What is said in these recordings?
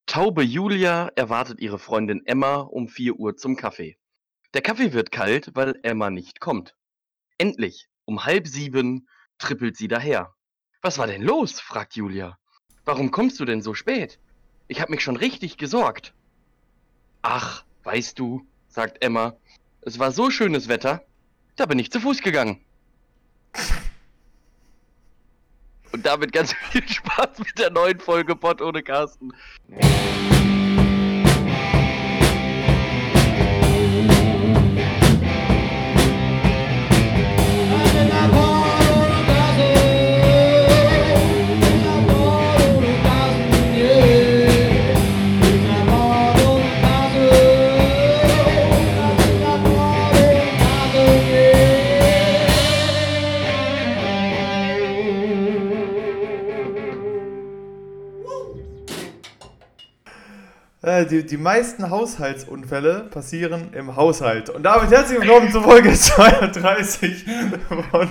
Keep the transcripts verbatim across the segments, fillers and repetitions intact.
Taube Julia erwartet ihre Freundin Emma um vier Uhr zum Kaffee. Der Kaffee wird kalt, weil Emma nicht kommt. Endlich, um halb sieben, trippelt sie daher. Was war denn los? Fragt Julia. Warum kommst du denn so spät? Ich hab mich schon richtig gesorgt. Ach, weißt du, sagt Emma, es war so schönes Wetter, da bin ich zu Fuß gegangen. Und damit ganz viel Spaß mit der neuen Folge Pott ohne Carsten. Die, die meisten Haushaltsunfälle passieren im Haushalt. Und damit herzlich willkommen zur Folge zweiunddreißig von,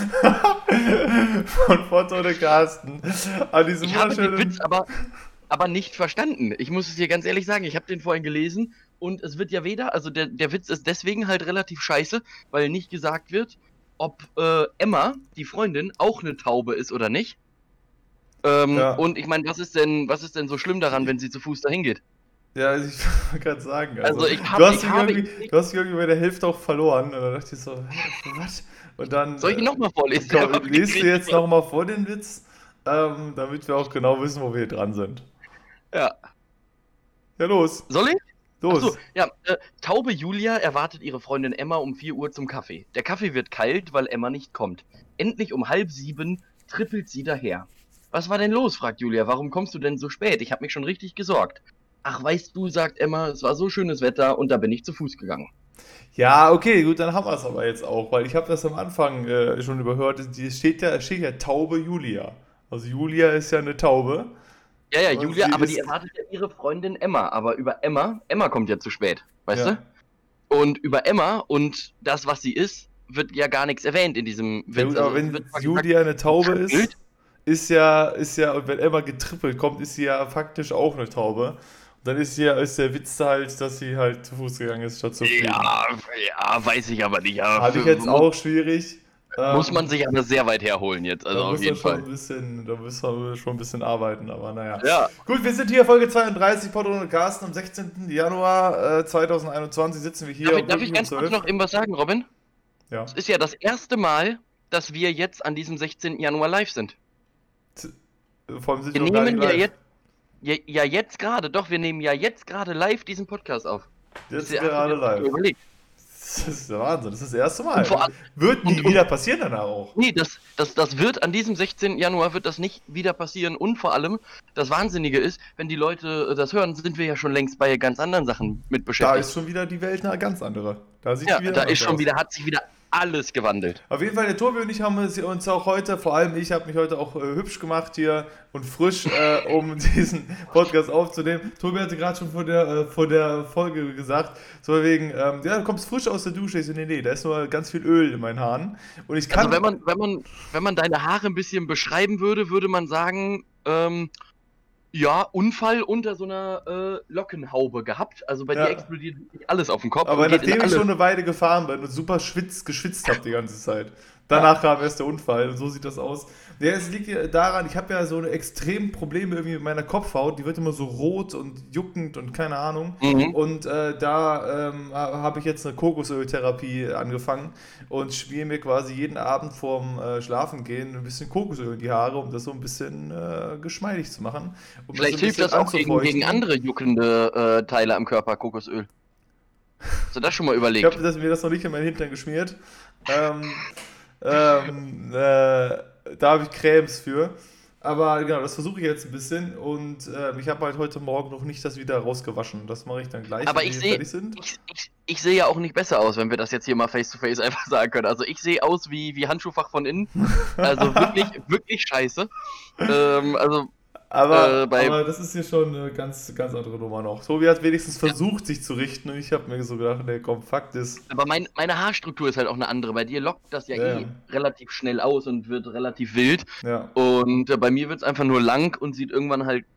von Pott ohne Carsten. An diesem ich habe den Witz aber, aber nicht verstanden. Ich muss es dir ganz ehrlich sagen, ich habe den vorhin gelesen und es wird ja weder, also der, der Witz ist deswegen halt relativ scheiße, weil nicht gesagt wird, ob äh, Emma, die Freundin, auch eine Taube ist oder nicht. Ähm, ja. Und ich meine, was ist denn, was ist denn so schlimm daran, wenn sie zu Fuß dahin geht? Ja, ich wollte gerade sagen, also, also ich hab, du, hast ich habe, du hast irgendwie bei der Hälfte auch verloren und dann dachte ich so, was? Und dann, soll ich ihn nochmal vorlesen? Komm, lest du jetzt nochmal vor den Witz, ähm, damit wir auch genau wissen, wo wir hier dran sind. Ja. Ja, los. Soll ich? Los. Achso, ja, äh, Taube Julia erwartet ihre Freundin Emma um vier Uhr zum Kaffee. Der Kaffee wird kalt, weil Emma nicht kommt. Endlich um halb sieben trippelt sie daher. Was war denn los? Fragt Julia. Warum kommst du denn so spät? Ich habe mich schon richtig gesorgt. Ach, weißt du, sagt Emma, es war so schönes Wetter und da bin ich zu Fuß gegangen. Ja, okay, gut, dann haben wir es aber jetzt auch, weil ich habe das am Anfang äh, schon überhört, es steht ja, steht ja Taube Julia. Also Julia ist ja eine Taube. Ja, ja, Julia, aber die erwartet ja ihre Freundin Emma, aber über Emma, Emma kommt ja zu spät, weißt ja. du? Und über Emma und das, was sie ist, wird ja gar nichts erwähnt in diesem Witz. Ja, gut, aber also, wenn Julia eine Taube ist, ist ja, ist ja, und wenn Emma getrippelt kommt, ist sie ja faktisch auch eine Taube. Dann ist, ja, ist der Witz halt, dass sie halt zu Fuß gegangen ist, statt zu fliegen. Ja, ja, weiß ich aber nicht. Habe ich jetzt auch schwierig. Muss man sich aber sehr weit herholen jetzt, also auf jeden Fall. Schon ein bisschen, da müssen wir schon ein bisschen arbeiten, aber naja. Ja. Gut, wir sind hier, Folge zweiunddreißig, Pott ohne Carsten, am sechzehnten Januar zweitausendeinundzwanzig sitzen wir hier. Darf ich, darf ich ganz kurz noch irgendwas sagen, Robin? Ja. Es ist ja das erste Mal, dass wir jetzt an diesem sechzehnten Januar live sind. Vor allem sind wir nehmen ja jetzt Ja, ja, jetzt gerade, doch, wir nehmen ja jetzt gerade live diesen Podcast auf. Jetzt gerade live. Überlegt. Das ist der Wahnsinn, das ist das erste Mal. Allem, wird nie und, wieder passieren danach auch. Nee, das, das, das wird an diesem sechzehnten Januar wird das nicht wieder passieren und vor allem, das Wahnsinnige ist, wenn die Leute das hören, sind wir ja schon längst bei ganz anderen Sachen mit beschäftigt. Da ist schon wieder die Welt eine ganz andere. Da sieht ja, wieder da ist schon aus. wieder, hat sich wieder alles gewandelt. Auf jeden Fall, der Tobi und ich haben uns auch heute, vor allem ich habe mich heute auch äh, hübsch gemacht hier und frisch, äh, um diesen Podcast aufzunehmen. Tobi hatte gerade schon vor der, äh, vor der Folge gesagt, so wegen, ähm, ja, du kommst frisch aus der Dusche. Ich so, nee, nee, da ist nur ganz viel Öl in meinen Haaren. Und ich kann... Also wenn man, wenn man, wenn man deine Haare ein bisschen beschreiben würde, würde man sagen, ähm, ja, Unfall unter so einer äh, Lockenhaube gehabt. Also bei ja. dir explodiert alles auf dem Kopf. Aber nachdem ich schon eine Weile gefahren bin und super schwitz, geschwitzt habe die ganze Zeit. Danach ja. kam erst der Unfall und so sieht das aus. Ja, es liegt ja daran, ich habe ja so eine extrem Probleme irgendwie mit meiner Kopfhaut. Die wird immer so rot und juckend und keine Ahnung. Mhm. Und äh, da ähm, habe ich jetzt eine Kokosöltherapie angefangen und schmiere mir quasi jeden Abend vorm äh, Schlafengehen ein bisschen Kokosöl in die Haare, um das so ein bisschen äh, geschmeidig zu machen. Um Vielleicht das so hilft das auch gegen, gegen andere juckende äh, Teile am Körper, Kokosöl. Hast du das schon mal überlegt? Ich habe mir das noch nicht in meinen Hintern geschmiert. ähm, ähm, äh, da habe ich Cremes für. Aber genau, das versuche ich jetzt ein bisschen und äh, ich habe halt heute Morgen noch nicht das wieder rausgewaschen. Das mache ich dann gleich, aber wenn ich wir seh, fertig sind. Ich, ich, ich sehe ja auch nicht besser aus, wenn wir das jetzt hier mal face-to-face einfach sagen können. Also ich sehe aus wie, wie Handschuhfach von innen. Also wirklich, wirklich scheiße. Ähm, also Aber, äh, aber das ist hier schon eine ganz, ganz andere Nummer noch. Tobi hat wenigstens versucht, ja. sich zu richten und ich habe mir so gedacht, nee, komm, Fakt ist. Aber mein, meine Haarstruktur ist halt auch eine andere. Bei dir lockt das ja, ja. eh relativ schnell aus und wird relativ wild. Ja. Und äh, bei mir wird es einfach nur lang und sieht irgendwann halt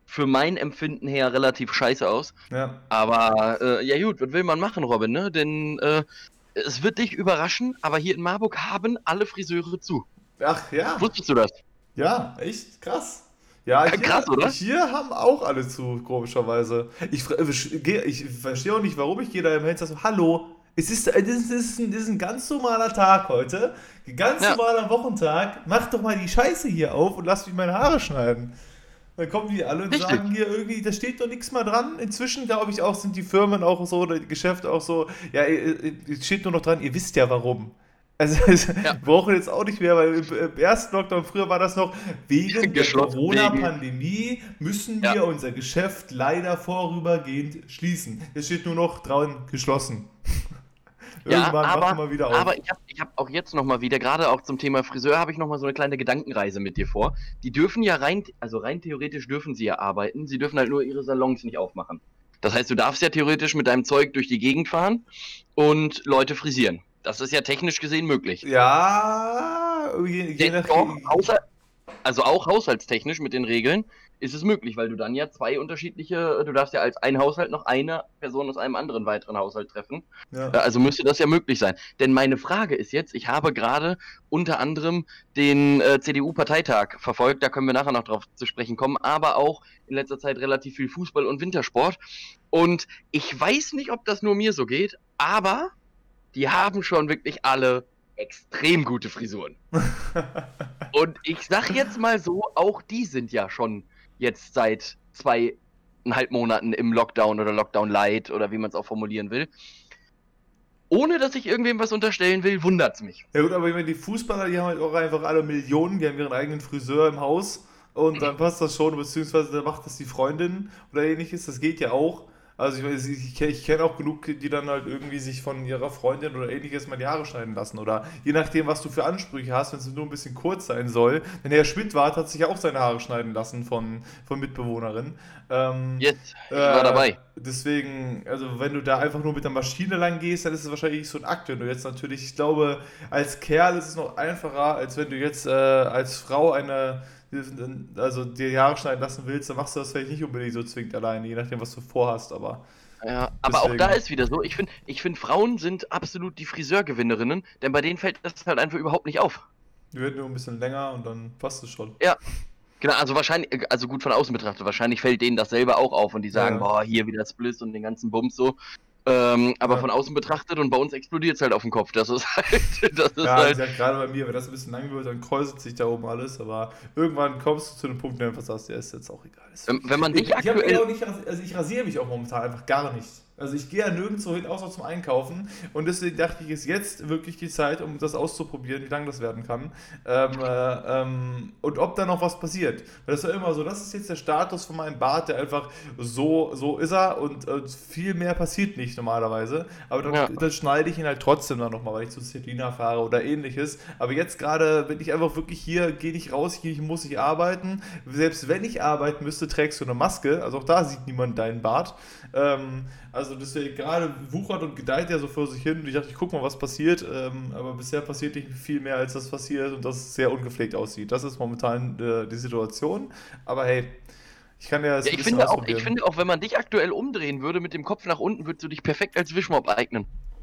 für mein Empfinden her relativ scheiße aus. Ja. Aber äh, ja gut, was will man machen, Robin, ne? Denn äh, es wird dich überraschen, aber hier in Marburg haben alle Friseure zu. Ach ja. Wusstest du das? Ja, echt krass. Ja, Ja, hier, krass, oder? hier haben auch alle zu, komischerweise. Ich, fra- ich, geh- ich verstehe auch nicht, warum ich gehe da im Held so, hallo, es ist, es ist, es ist, ein, es ist ein ganz normaler Tag heute, ein ganz Ja. normaler Wochentag, mach doch mal die Scheiße hier auf und lass mich meine Haare schneiden. Dann kommen die alle und Richtig. sagen hier irgendwie, da steht doch nichts mehr dran. Inzwischen, glaube ich, auch sind die Firmen auch so, oder die Geschäfte auch so, ja, es steht nur noch dran, ihr wisst ja warum. Also, es- Ja. wir brauchen jetzt auch nicht mehr, weil im, im ersten Lockdown, früher war das noch, wegen der Geschlossen, Corona-Pandemie müssen wir Ja. unser Geschäft leider vorübergehend schließen. Es steht nur noch dran, geschlossen. Ja, Irgendwann aber, machen wir wieder auf. aber ich habe ich hab auch jetzt nochmal wieder, gerade auch zum Thema Friseur, habe ich nochmal so eine kleine Gedankenreise mit dir vor. Die dürfen ja rein, also rein theoretisch dürfen sie ja arbeiten, sie dürfen halt nur ihre Salons nicht aufmachen. Das heißt, du darfst ja theoretisch mit deinem Zeug durch die Gegend fahren und Leute frisieren. Das ist ja technisch gesehen möglich. Ja, je, je Denn nach... auch, außer, also auch haushaltstechnisch mit den Regeln ist es möglich, weil du dann ja zwei unterschiedliche, du darfst ja als ein Haushalt noch eine Person aus einem anderen weiteren Haushalt treffen. Ja. Äh, Also müsste das ja möglich sein. Denn meine Frage ist jetzt, ich habe gerade unter anderem den äh, C D U-Parteitag verfolgt, da können wir nachher noch drauf zu sprechen kommen, aber auch in letzter Zeit relativ viel Fußball und Wintersport. Und ich weiß nicht, ob das nur mir so geht, aber die haben schon wirklich alle extrem gute Frisuren. Und ich sag jetzt mal so, auch die sind ja schon jetzt seit zweieinhalb Monaten im Lockdown oder Lockdown Light oder wie man es auch formulieren will. Ohne dass ich irgendwem was unterstellen will, wundert's mich. Ja gut, aber ich meine, die Fußballer, die haben halt auch einfach alle Millionen, die haben ihren eigenen Friseur im Haus und dann passt das schon, beziehungsweise dann macht das die Freundin oder ähnliches, das geht ja auch. Also ich, weiß, ich, ich, ich kenne auch genug, die dann halt irgendwie sich von ihrer Freundin oder ähnliches mal die Haare schneiden lassen oder je nachdem, was du für Ansprüche hast, wenn es nur ein bisschen kurz sein soll. Denn Herr Schmidtwart hat sich ja auch seine Haare schneiden lassen von, von Mitbewohnerin. Ähm, Jetzt, ich war äh, dabei. Deswegen, also wenn du da einfach nur mit der Maschine lang gehst, dann ist es wahrscheinlich nicht so ein Akt. Wenn du jetzt natürlich, ich glaube, als Kerl ist es noch einfacher, als wenn du jetzt äh, als Frau eine, also dir die Haare schneiden lassen willst, dann machst du das vielleicht nicht unbedingt so zwingend alleine, je nachdem, was du vorhast, aber. Ja, aber auch Deswegen. da ist wieder so, ich finde, ich find, Frauen sind absolut die Friseurgewinnerinnen, denn bei denen fällt das halt einfach überhaupt nicht auf. Die werden nur ein bisschen länger und dann passt es schon. Ja. Genau, also wahrscheinlich, also gut von außen betrachtet, wahrscheinlich fällt denen das selber auch auf und die sagen, Ja. boah, hier wieder Spliss und den ganzen Bums so. Ähm, aber Ja. von außen betrachtet und bei uns explodiert es halt auf dem Kopf. Das ist halt, das ist Ja, wie halt. gesagt, gerade bei mir, wenn das ein bisschen lang wird, dann kräuselt sich da oben alles, aber irgendwann kommst du zu dem Punkt, wo du einfach sagst, ja, ist jetzt auch egal. Ist Wenn, wenn man Ich, dich ich, hab aktuell. auch nicht, ras- also ich rasiere mich auch momentan einfach gar nicht. Also ich gehe ja nirgendwo hin, außer zum Einkaufen. Und deswegen dachte ich, ist jetzt wirklich die Zeit, um das auszuprobieren, wie lang das werden kann. Ähm, äh, ähm, und ob da noch was passiert. Weil das ist ja immer so, das ist jetzt der Status von meinem Bart, der einfach so, so ist er und äh, viel mehr passiert nicht normalerweise. Aber dann, Ja. dann schneide ich ihn halt trotzdem dann nochmal, weil ich zu Selina fahre oder ähnliches. Aber jetzt gerade bin ich einfach wirklich hier, gehe nicht raus, hier muss ich arbeiten. Selbst wenn ich arbeiten müsste, trägst du eine Maske. Also auch da sieht niemand deinen Bart. Ähm, also deswegen gerade wuchert und gedeiht er so vor sich hin und ich dachte, ich guck mal, was passiert, ähm, aber bisher passiert nicht viel mehr, als das passiert und das sehr ungepflegt aussieht. Das ist momentan äh, die Situation, aber hey, ich kann ja das Ja, ein ich bisschen finde, auch, ich ausprobieren. finde auch, wenn man dich aktuell umdrehen würde mit dem Kopf nach unten, würdest du dich perfekt als Wischmopp eignen.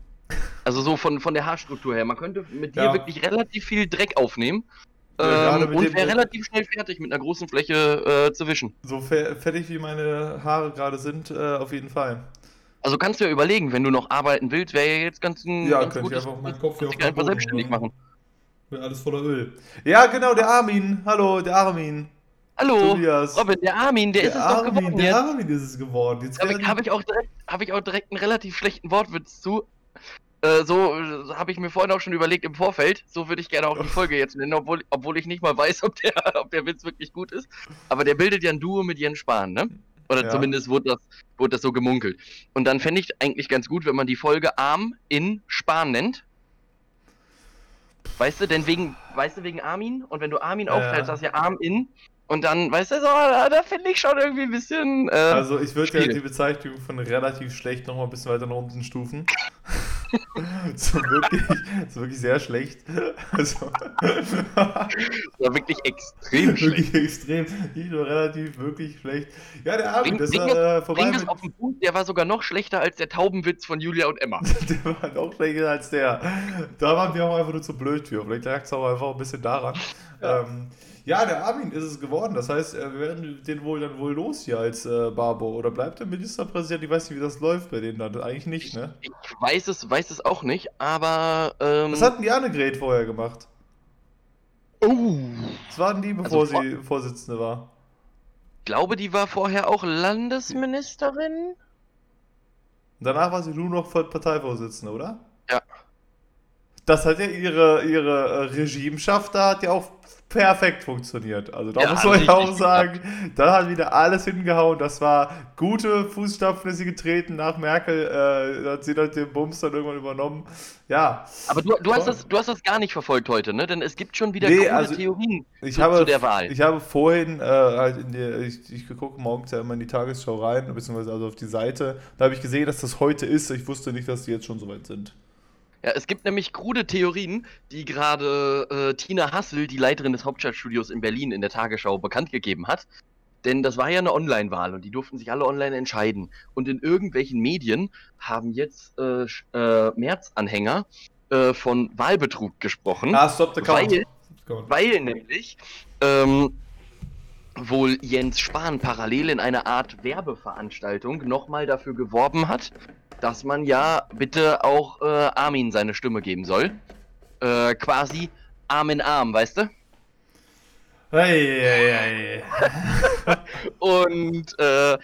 Also so von, von der Haarstruktur her. Man könnte mit dir Ja. wirklich relativ viel Dreck aufnehmen. Ja, gerade Ähm, mit und dem- wäre relativ schnell fertig mit einer großen Fläche äh, zu wischen. So fe- fettig wie meine Haare gerade sind, äh, auf jeden Fall. Also kannst du ja überlegen, wenn du noch arbeiten willst, wäre ja jetzt ganz ein Ja, ganz könnte ich gutes, einfach meinen Kopf hier kannst auf dich einfach den Boden selbstständig machen. machen. Wird alles voller Öl. Ja, genau, der Armin. Hallo, der Armin. Hallo, Tobias. Robin, der Armin, der, ist es doch Armin, geworden der jetzt. Armin ist es geworden. Jetzt Habe werden- ich, hab ich, auch direkt- hab ich auch direkt einen relativ schlechten Wortwitz zu. Äh, so äh, habe ich mir vorhin auch schon überlegt im Vorfeld. So würde ich gerne auch die Folge jetzt nennen, obwohl, obwohl ich nicht mal weiß, ob der, ob der Witz wirklich gut ist. Aber der bildet ja ein Duo mit Jens Spahn, ne? Oder Ja. zumindest wurde das, wurde das so gemunkelt. Und dann fände ich eigentlich ganz gut, wenn man die Folge Arm in Spahn nennt. Weißt du, denn wegen, weißt du, wegen Armin? Und wenn du Armin Ja. aufteilst, hast du ja Arm in. Und dann, weißt du, so, da, da finde ich schon irgendwie ein bisschen. Äh, Also ich würde ja schwierig. die Bezeichnung von relativ schlecht noch mal ein bisschen weiter nach unten stufen. So wirklich, so wirklich sehr schlecht. Also, Das war wirklich extrem schlecht. wirklich extrem, nicht nur relativ, wirklich schlecht. Ja, der Armin, Bring, das bring, war das, äh, vorbei bring das mit. auf den Punkt, der war sogar noch schlechter als der Taubenwitz von Julia und Emma. Der war noch schlechter als der. Da waren wir auch einfach nur zu blöd für. Vielleicht lag es auch einfach ein bisschen daran. Ja. Ähm, ja, der Armin ist es geworden. Das heißt, äh, wir werden den wohl dann wohl los hier als äh, Barbo. Oder bleibt der Ministerpräsident? Ich weiß nicht, wie das läuft bei denen dann. Eigentlich nicht, Ich, ne? ich weiß es, weiß es auch nicht, aber ähm, Was hat denn die Annegret vorher gemacht? oh, Was war denn die, also bevor vor, sie Vorsitzende war? glaube, die war vorher auch Landesministerin. Und danach war sie nur noch Parteivorsitzende, oder? Ja, Das hat ja ihre, ihre äh, Regimeschaft, da hat ja auch perfekt funktioniert. Also da ja, muss hat man ja auch richtig sagen, geklappt. da hat wieder alles hingehauen. Das war gute Fußstapfen, ist sie getreten nach Merkel. Äh, da hat sie dann den Bums dann irgendwann übernommen. Ja, Aber du, du hast toll. das, du hast das gar nicht verfolgt heute, ne? Denn es gibt schon wieder Nee, krude also Theorien ich zu, habe, zu der Wahl. ich habe vorhin äh, halt in die, ich, ich gucke morgens ja immer in die Tagesschau rein, beziehungsweise also auf die Seite. Da habe ich gesehen, dass das heute ist. Ich wusste nicht, dass die jetzt schon soweit sind. Ja, es gibt nämlich krude Theorien, die gerade äh, Tina Hassel, die Leiterin des Hauptstadtstudios in Berlin, in der Tagesschau bekannt gegeben hat. Denn das war ja eine Online-Wahl und die durften sich alle online entscheiden. Und in irgendwelchen Medien haben jetzt äh, Sch- äh, Merz-Anhänger äh, von Wahlbetrug gesprochen, Ah, stop the count. weil, Stop the count. weil nämlich ähm, wohl Jens Spahn parallel in einer Art Werbeveranstaltung nochmal dafür geworben hat, dass man ja bitte auch äh, Armin seine Stimme geben soll. Äh, quasi Arm in Arm, weißt du? Ei, ei, ei. Und, äh,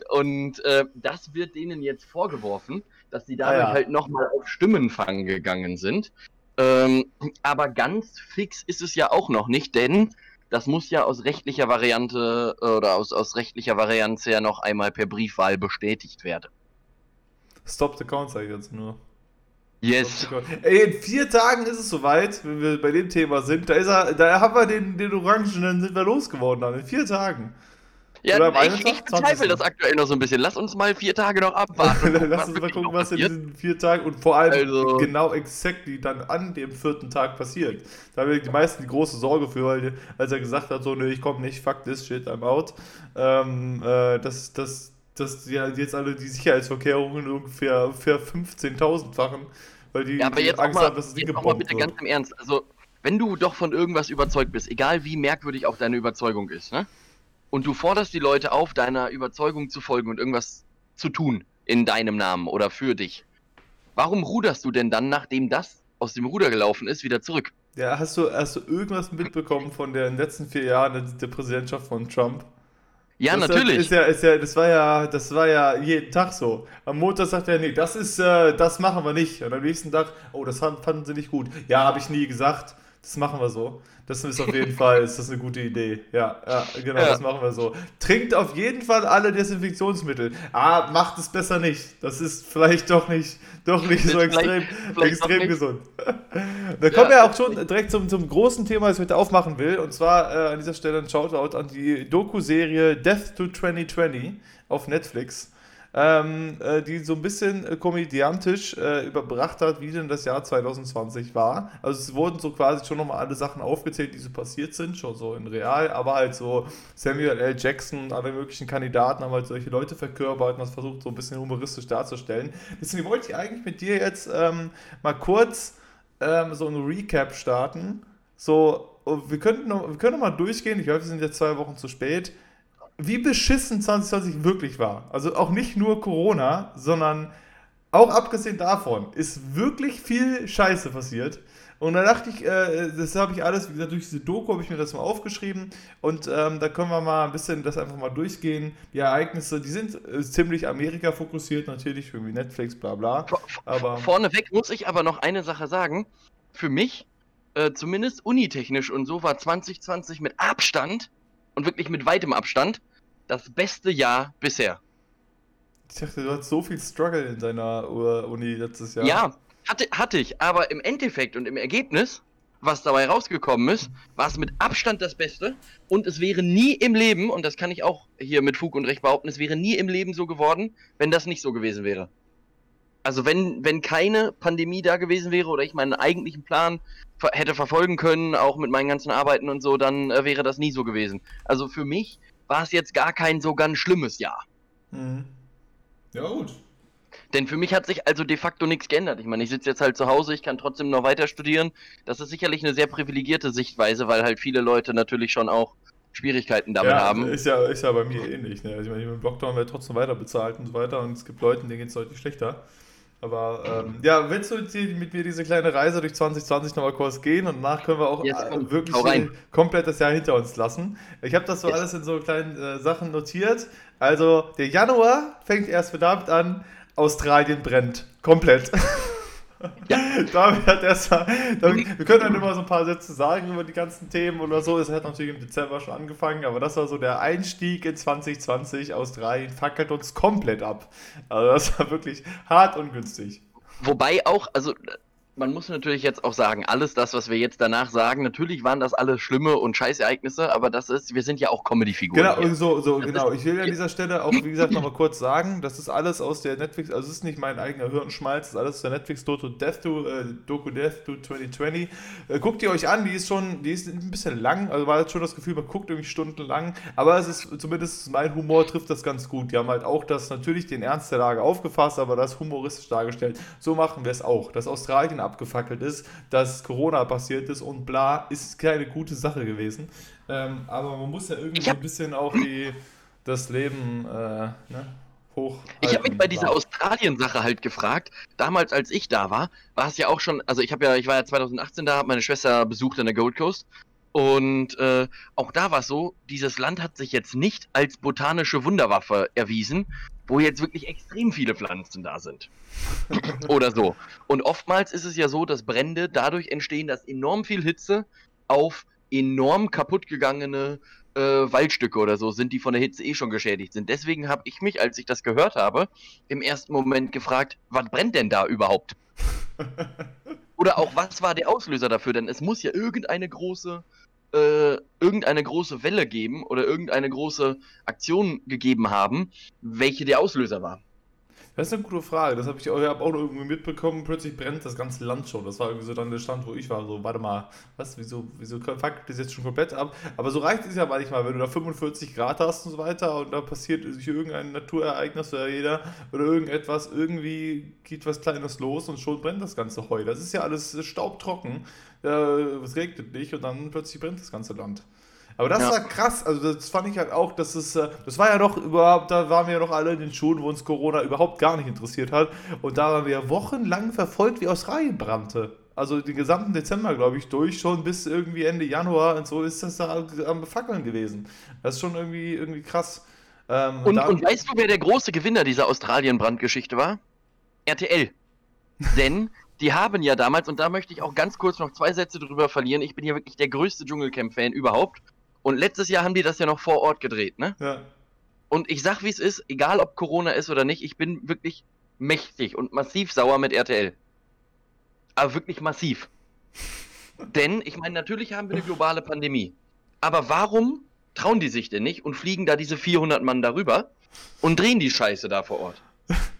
und äh, das wird denen jetzt vorgeworfen, dass sie dadurch Ah ja. halt nochmal auf Stimmenfang gegangen sind. Ähm, aber ganz fix ist es ja auch noch nicht, denn das muss ja aus rechtlicher Variante äh, oder aus, aus rechtlicher Variante ja noch einmal per Briefwahl bestätigt werden. Stop the count, sage ich jetzt nur. Yes. Stop the count. Ey, in vier Tagen ist es soweit, wenn wir bei dem Thema sind. Da ist er, da haben wir den, den Orangenen, sind wir losgeworden dann. In vier Tagen. Ja, Oder am ich, ich einundzwanzigsten? bezweifle das aktuell noch so ein bisschen. Lass uns mal vier Tage noch abwarten. und gucken, Lass was uns mal wirklich gucken, noch was in passiert. diesen vier Tagen und vor allem Also- genau exactly dann an dem vierten Tag passiert. Da haben wir die meisten die große Sorge für, weil als er gesagt hat, so, nö, ich komme nicht, fuck this shit, I'm out, ähm, äh, dass, dass, dass ja jetzt alle die Sicherheitsvorkehrungen ungefähr, ungefähr fünfzehntausend-fachen, weil die, Ja, aber die jetzt auch Angst mal, haben, dass das Ding jetzt auch mal gebombt bitte wird. ganz im Ernst. Also, wenn du doch von irgendwas überzeugt bist, egal wie merkwürdig auch deine Überzeugung ist, ne? Und du forderst die Leute auf, deiner Überzeugung zu folgen und irgendwas zu tun in deinem Namen oder für dich. Warum ruderst du denn dann, nachdem das aus dem Ruder gelaufen ist, wieder zurück? Ja, hast du, hast du irgendwas mitbekommen von den letzten vier Jahren der, der Präsidentschaft von Trump? Ja, Das natürlich. Ist ja, ist ja, das war ja, das war ja jeden Tag so. Am Montag sagt er, nee, das ist, äh, das machen wir nicht. Und am nächsten Tag, oh, das fanden, fanden sie nicht gut. Ja, habe ich nie gesagt. Das machen wir so. Das ist auf jeden Fall, ist das eine gute Idee. Ja, ja, genau, Ja. das machen wir so. Trinkt auf jeden Fall alle Desinfektionsmittel. Ah, macht es besser nicht. Das ist vielleicht doch nicht, doch nicht Ist so vielleicht- extrem, vielleicht doch extrem nicht. gesund. Da kommen wir Ja. auch schon direkt zum, zum großen Thema, das ich heute aufmachen will. Und zwar äh, an dieser Stelle ein Shoutout an die Doku-Serie Death to zwanzig zwanzig auf Netflix, ähm, äh, die so ein bisschen äh, komödiantisch äh, überbracht hat, wie denn das Jahr zwanzig zwanzig war. Also es wurden so quasi schon nochmal alle Sachen aufgezählt, die so passiert sind, schon so in real, aber halt so Samuel L. Jackson und alle möglichen Kandidaten haben halt solche Leute verkörpert und das versucht so ein bisschen humoristisch darzustellen. Deswegen wollte ich eigentlich mit dir jetzt ähm, mal kurz ähm, so ein Recap starten. So, wir könnten noch, wir können noch mal durchgehen, ich glaube, wir sind jetzt zwei Wochen zu spät, wie beschissen zwanzig zwanzig wirklich war. Also auch nicht nur Corona, sondern auch abgesehen davon ist wirklich viel Scheiße passiert. Und da dachte ich, äh, das habe ich alles, wie gesagt, durch diese Doku habe ich mir das mal aufgeschrieben und ähm, da können wir mal ein bisschen das einfach mal durchgehen. Die Ereignisse, die sind äh, ziemlich Amerika fokussiert, natürlich, irgendwie Netflix, bla bla. Vor- Aber Vorneweg muss ich aber noch eine Sache sagen. Für mich, äh, zumindest unitechnisch und so, war zwanzig zwanzig mit Abstand und wirklich mit weitem Abstand das beste Jahr bisher. ich dachte, du hattest so viel Struggle in deiner uh, Uni letztes Jahr. Ja, hatte, hatte ich, aber im Endeffekt und im Ergebnis, was dabei rausgekommen ist, war es mit Abstand das Beste und es wäre nie im Leben, und das kann ich auch hier mit Fug und Recht behaupten, es wäre nie im Leben so geworden, wenn das nicht so gewesen wäre. Also wenn, wenn keine Pandemie da gewesen wäre oder ich meinen eigentlichen Plan ver hätte verfolgen können, auch mit meinen ganzen Arbeiten und so, dann äh, wäre das nie so gewesen. Also für mich war es jetzt gar kein so ganz schlimmes Jahr. Mhm. Ja, gut. Denn für mich hat sich also de facto nichts geändert. Ich meine, ich sitze jetzt halt zu Hause, ich kann trotzdem noch weiter studieren. Das ist sicherlich eine sehr privilegierte Sichtweise, weil halt viele Leute natürlich schon auch Schwierigkeiten damit Ja, haben. ist ja, ist ja bei mir ähnlich. Ne? Also ich meine, im Lockdown wird trotzdem weiter bezahlt und so weiter und es gibt Leute, denen geht es deutlich schlechter. Aber ähm, ja, willst du jetzt hier mit mir diese kleine Reise durch zwanzig zwanzig nochmal kurz gehen und danach können wir auch Jetzt äh, komm, wirklich hau hier rein. komplett das Jahr hinter uns lassen. Ich habe das so Yes. alles in so kleinen äh, Sachen notiert. Also der Januar fängt erst mit damit an, Australien brennt. Komplett. Ja. Damit hat erstmal, damit, wir können dann immer so ein paar Sätze sagen über die ganzen Themen oder so. Es hat natürlich im Dezember schon angefangen, aber das war so der Einstieg in zwanzig zwanzig. Australien fackelt uns komplett ab. Also das war wirklich hart und günstig. Wobei auch, also man muss natürlich jetzt auch sagen, alles das, was wir jetzt danach sagen, natürlich waren das alles schlimme und Scheißereignisse, aber das ist, wir sind ja auch Comedy-Figuren Genau, hier. so, so, Das genau. ist, Ich will an dieser Stelle auch, wie gesagt, nochmal kurz sagen, das ist alles aus der Netflix, also es ist nicht mein eigener Hirnschmalz, das ist alles aus der Netflix-Doku Death to, äh, Doku Death to zwanzig zwanzig. Äh, guckt ihr euch an, die ist schon, die ist ein bisschen lang, also war jetzt schon das Gefühl, man guckt irgendwie stundenlang, aber es ist, zumindest mein Humor trifft das ganz gut. Die haben halt auch das, natürlich den Ernst der Lage aufgefasst, aber das humoristisch dargestellt. So machen wir es auch. Dass Australien abgefackelt ist, dass Corona passiert ist und bla, ist keine gute Sache gewesen. Ähm, aber man muss ja irgendwie ich so habe ein bisschen auch die, das Leben äh, ne, ich hab mich hochhalten. bei dieser Bla. Australien-Sache halt gefragt, damals als ich da war, war es ja auch schon, also ich habe ja, ich war ja zwanzig achtzehn da, habe meine Schwester besucht an der Gold Coast und äh, auch da war es so, dieses Land hat sich jetzt nicht als botanische Wunderwaffe erwiesen, wo jetzt wirklich extrem viele Pflanzen da sind. Oder so. Und oftmals ist es ja so, dass Brände dadurch entstehen, dass enorm viel Hitze auf enorm kaputtgegangene äh, Waldstücke oder so sind, die von der Hitze eh schon geschädigt sind. Deswegen habe ich mich, als ich das gehört habe, im ersten Moment gefragt, was brennt denn da überhaupt? Oder auch, was war der Auslöser dafür? Denn es muss ja irgendeine große, äh, irgendeine große Welle geben oder irgendeine große Aktion gegeben haben, welche der Auslöser war. Das ist eine gute Frage. Das habe ich auch, ich hab auch noch irgendwie mitbekommen. Plötzlich brennt das ganze Land schon. Das war irgendwie so dann der Stand, wo ich war. So, warte mal, was, wieso, wieso fuckt das jetzt schon komplett ab? Aber so reicht es ja manchmal, wenn du da fünfundvierzig Grad hast und so weiter und da passiert sich irgendein Naturereignis oder jeder oder irgendetwas, irgendwie geht was Kleines los und schon brennt das ganze Heu. Das ist ja alles staubtrocken. Äh, es regnet nicht und dann plötzlich brennt das ganze Land. Aber das Ja. war krass, also das fand ich halt auch, dass es, äh, das war ja noch überhaupt, da waren wir ja noch alle in den Schulen, wo uns Corona überhaupt gar nicht interessiert hat. Und da waren wir ja wochenlang verfolgt, wie Australien brannte. Also den gesamten Dezember, glaube ich, durch, schon bis irgendwie Ende Januar und so ist das da am Fackeln gewesen. Das ist schon irgendwie, irgendwie krass. Ähm, Und, da, und weißt du, wer der große Gewinner dieser Australien-Brandgeschichte war? R T L. Denn die haben ja damals, und da möchte ich auch ganz kurz noch zwei Sätze drüber verlieren, ich bin ja wirklich der größte Dschungelcamp-Fan überhaupt. Und letztes Jahr haben die das ja noch vor Ort gedreht, ne? ja. Und ich sag, wie es ist, egal ob Corona ist oder nicht, ich bin wirklich mächtig und massiv sauer mit R T L. Aber wirklich massiv. Denn, ich meine, natürlich haben wir eine globale Pandemie. Aber warum trauen die sich denn nicht und fliegen da diese vierhundert Mann darüber und drehen die Scheiße da vor Ort?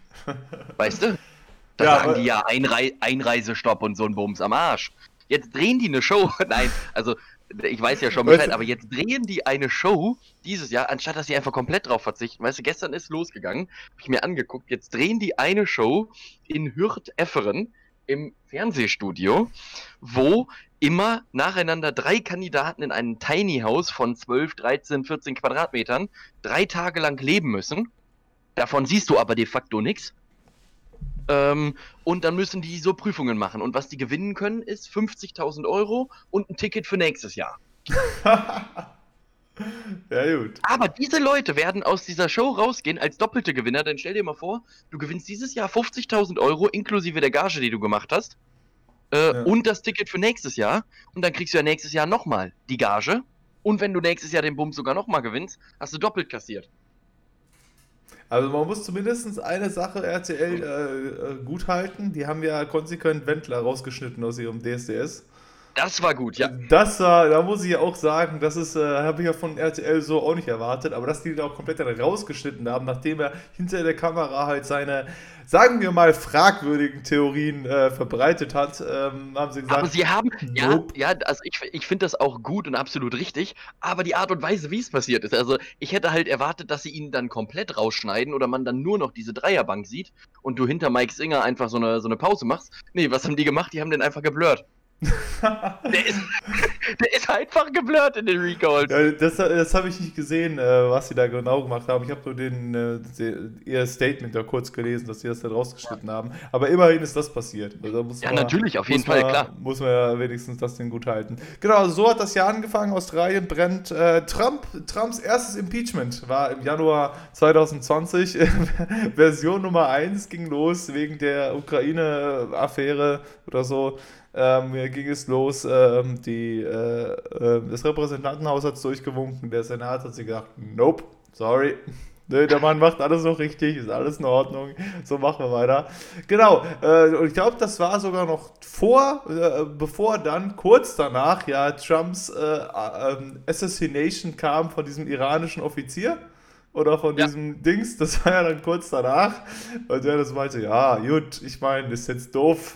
Weißt du? Da Ja, sagen aber- die ja Einrei Einreisestopp und so ein Bums am Arsch. Jetzt drehen die eine Show. Nein, also ich weiß ja schon Weißt Bescheid, du- aber jetzt drehen die eine Show dieses Jahr, anstatt dass sie einfach komplett drauf verzichten. Weißt du, gestern ist losgegangen, habe ich mir angeguckt, jetzt drehen die eine Show in Hürth-Efferen im Fernsehstudio, wo immer nacheinander drei Kandidaten in einem Tiny House von zwölf, dreizehn, vierzehn Quadratmetern drei Tage lang leben müssen. Davon siehst du aber de facto nichts. Ähm, und dann müssen die so Prüfungen machen. Und was die gewinnen können, ist fünfzigtausend Euro und ein Ticket für nächstes Jahr. ja, gut. Aber diese Leute werden aus dieser Show rausgehen als doppelte Gewinner. Denn stell dir mal vor, du gewinnst dieses Jahr fünfzigtausend Euro inklusive der Gage, die du gemacht hast. Äh, Ja. Und das Ticket für nächstes Jahr. Und dann kriegst du ja nächstes Jahr nochmal die Gage. Und wenn du nächstes Jahr den Bums sogar nochmal gewinnst, hast du doppelt kassiert. Also man muss zumindest eine Sache R T L äh, äh, gut halten. Die haben ja konsequent Wendler rausgeschnitten aus ihrem D S D S. Das war gut, ja. Das war, da muss ich ja auch sagen, das ist, äh, habe ich ja von R T L so auch nicht erwartet, aber dass die den auch komplett dann rausgeschnitten haben, nachdem er hinter der Kamera halt seine, sagen wir mal, fragwürdigen Theorien äh, verbreitet hat, ähm, haben sie Aber gesagt, sie haben, ja, nope. ja, also ich, ich finde das auch gut und absolut richtig, aber die Art und Weise, wie es passiert ist, also ich hätte halt erwartet, dass sie ihn dann komplett rausschneiden oder man dann nur noch diese Dreierbank sieht und du hinter Mike Singer einfach so eine, so eine Pause machst. Nee, was haben die gemacht? Die haben den einfach geblurrt. Der ist, der ist einfach geblurrt in den Recalls. Ja, das das habe ich nicht gesehen, äh, was sie da genau gemacht haben. Ich habe nur den, äh, die, ihr Statement da kurz gelesen, dass sie das dann rausgeschnitten haben. Aber immerhin ist das passiert. Also da muss Ja, man, natürlich, auf jeden muss Fall, man, klar. Muss man ja wenigstens das Ding gut halten. Genau, also so hat das Jahr angefangen. Australien brennt. Äh, Trump, Trumps erstes Impeachment war im Januar zwanzig zwanzig. Version Nummer eins ging los wegen der Ukraine-Affäre oder so. Ähm, ging es los, ähm, die, äh, äh, das Repräsentantenhaus hat es durchgewunken, der Senat hat sich gedacht, nope, sorry, nee, der Mann macht alles noch richtig, ist alles in Ordnung, so machen wir weiter. Genau, äh, und ich glaube, das war sogar noch vor, äh, bevor dann, kurz danach, ja, Trumps äh, äh, Assassination kam von diesem iranischen Offizier. Oder von Ja. diesem Dings, das war ja dann kurz danach. Und der das meinte, ja, gut, ich meine, das ist jetzt doof.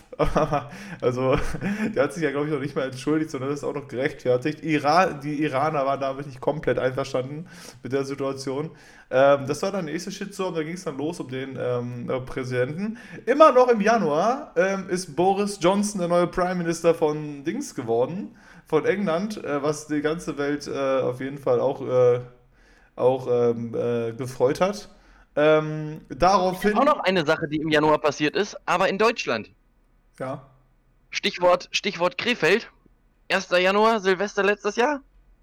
Also, der hat sich ja, glaube ich, noch nicht mal entschuldigt, sondern das ist auch noch gerechtfertigt. Iran, die Iraner waren damit nicht komplett einverstanden mit der Situation. Ähm, das war dann der nächste Shitstorm, da ging es dann los um den ähm, Präsidenten. Immer noch im Januar ähm, ist Boris Johnson der neue Prime Minister von Dings geworden, von England, äh, was die ganze Welt äh, auf jeden Fall auch... Äh, auch ähm, äh, gefreut hat. Ähm, daraufhin. Auch noch eine Sache, die im Januar passiert ist, aber in Deutschland. Ja. Stichwort, Stichwort Krefeld. erster Januar, Silvester letztes Jahr.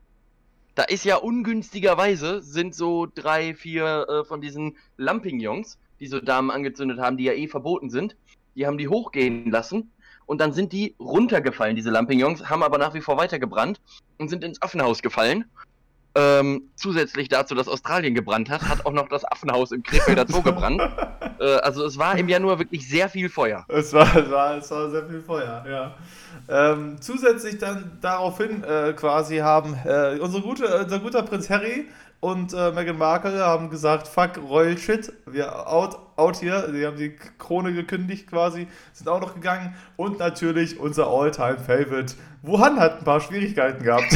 Da ist ja ungünstigerweise, sind so drei, vier äh, von diesen Lampignons, die so Damen angezündet haben, die ja eh verboten sind, die haben die hochgehen lassen und dann sind die runtergefallen, diese Lampignons, haben aber nach wie vor weitergebrannt und sind ins Affenhaus gefallen. Ähm, zusätzlich dazu, dass Australien gebrannt hat, hat auch noch das Affenhaus im Krefelder Zoo gebrannt. Äh, also es war im Januar wirklich sehr viel Feuer. Es war, es war, es war sehr viel Feuer, ja. Ähm, zusätzlich dann daraufhin äh, quasi haben äh, unsere gute, unser guter Prinz Harry und äh, Meghan Markle haben gesagt, fuck Royal Shit, wir out, out hier, die haben die Krone gekündigt quasi, sind auch noch gegangen und natürlich unser All-Time-Favorite, Wuhan hat ein paar Schwierigkeiten gehabt.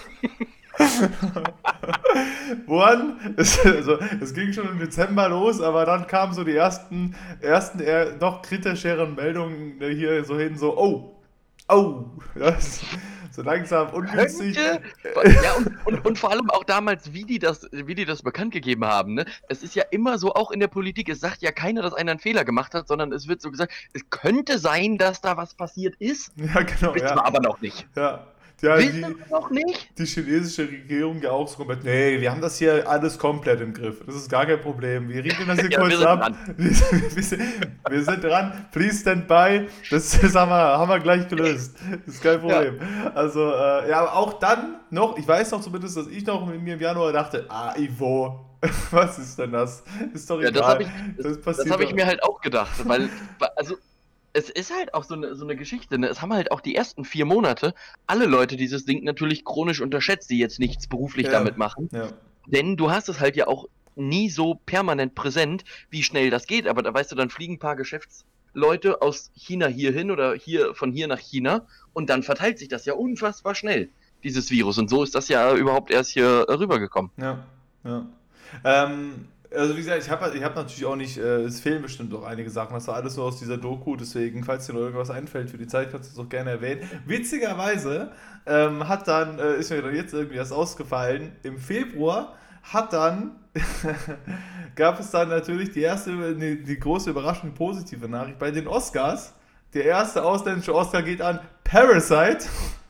Wuhan, es, also, es ging schon im Dezember los, aber dann kamen so die ersten, ersten eher noch kritischeren Meldungen hier so hin, so, oh, oh, das, so langsam ungünstig. Könnte, ja, und, und, und vor allem auch damals, wie die das, wie die das bekannt gegeben haben. Ne? Es ist ja immer so, auch in der Politik, es sagt ja keiner, dass einer einen Fehler gemacht hat, sondern es wird so gesagt, es könnte sein, dass da was passiert ist. Ja, genau. Wissen Ja. wir aber noch nicht. Ja. Ja, Wissen die, wir noch nicht? die chinesische Regierung ja auch so komplett, nee, wir haben das hier alles komplett im Griff. Das ist gar kein Problem. Wir regeln das hier Ja, kurz wir sind ab. dran. Wir, wir, sind, wir sind dran. Please stand by. Das, das haben, wir, haben wir gleich gelöst. Das ist kein Problem. Also, äh, ja, aber auch dann noch, ich weiß noch zumindest, dass ich noch mit mir im Januar dachte, ah, Ivo, was ist denn das? Ist doch Ja, egal. das habe ich, Das das, passiert das hab ich doch. mir halt auch gedacht, weil, also, es ist halt auch so eine, so eine Geschichte, ne? Es haben halt auch die ersten vier Monate alle Leute dieses Ding natürlich chronisch unterschätzt, die jetzt nichts beruflich Ja. damit machen. Ja. Denn du hast es halt ja auch nie so permanent präsent, wie schnell das geht. Aber da weißt du, dann fliegen ein paar Geschäftsleute aus China hierhin oder hier von hier nach China und dann verteilt sich das ja unfassbar schnell, dieses Virus. Und so ist das ja überhaupt erst hier rübergekommen. Ja, ja. Ähm, also wie gesagt, ich habe ich hab natürlich auch nicht, äh, es fehlen bestimmt auch einige Sachen. Das war alles nur aus dieser Doku, deswegen, falls dir noch irgendwas einfällt für die Zeit, kannst du es auch gerne erwähnen. Witzigerweise ähm, hat dann, äh, ist mir dann jetzt irgendwie das ausgefallen, im Februar hat dann, gab es dann natürlich die erste, die, die große Überraschung, die positive Nachricht bei den Oscars. Der erste ausländische Oscar geht an Parasite.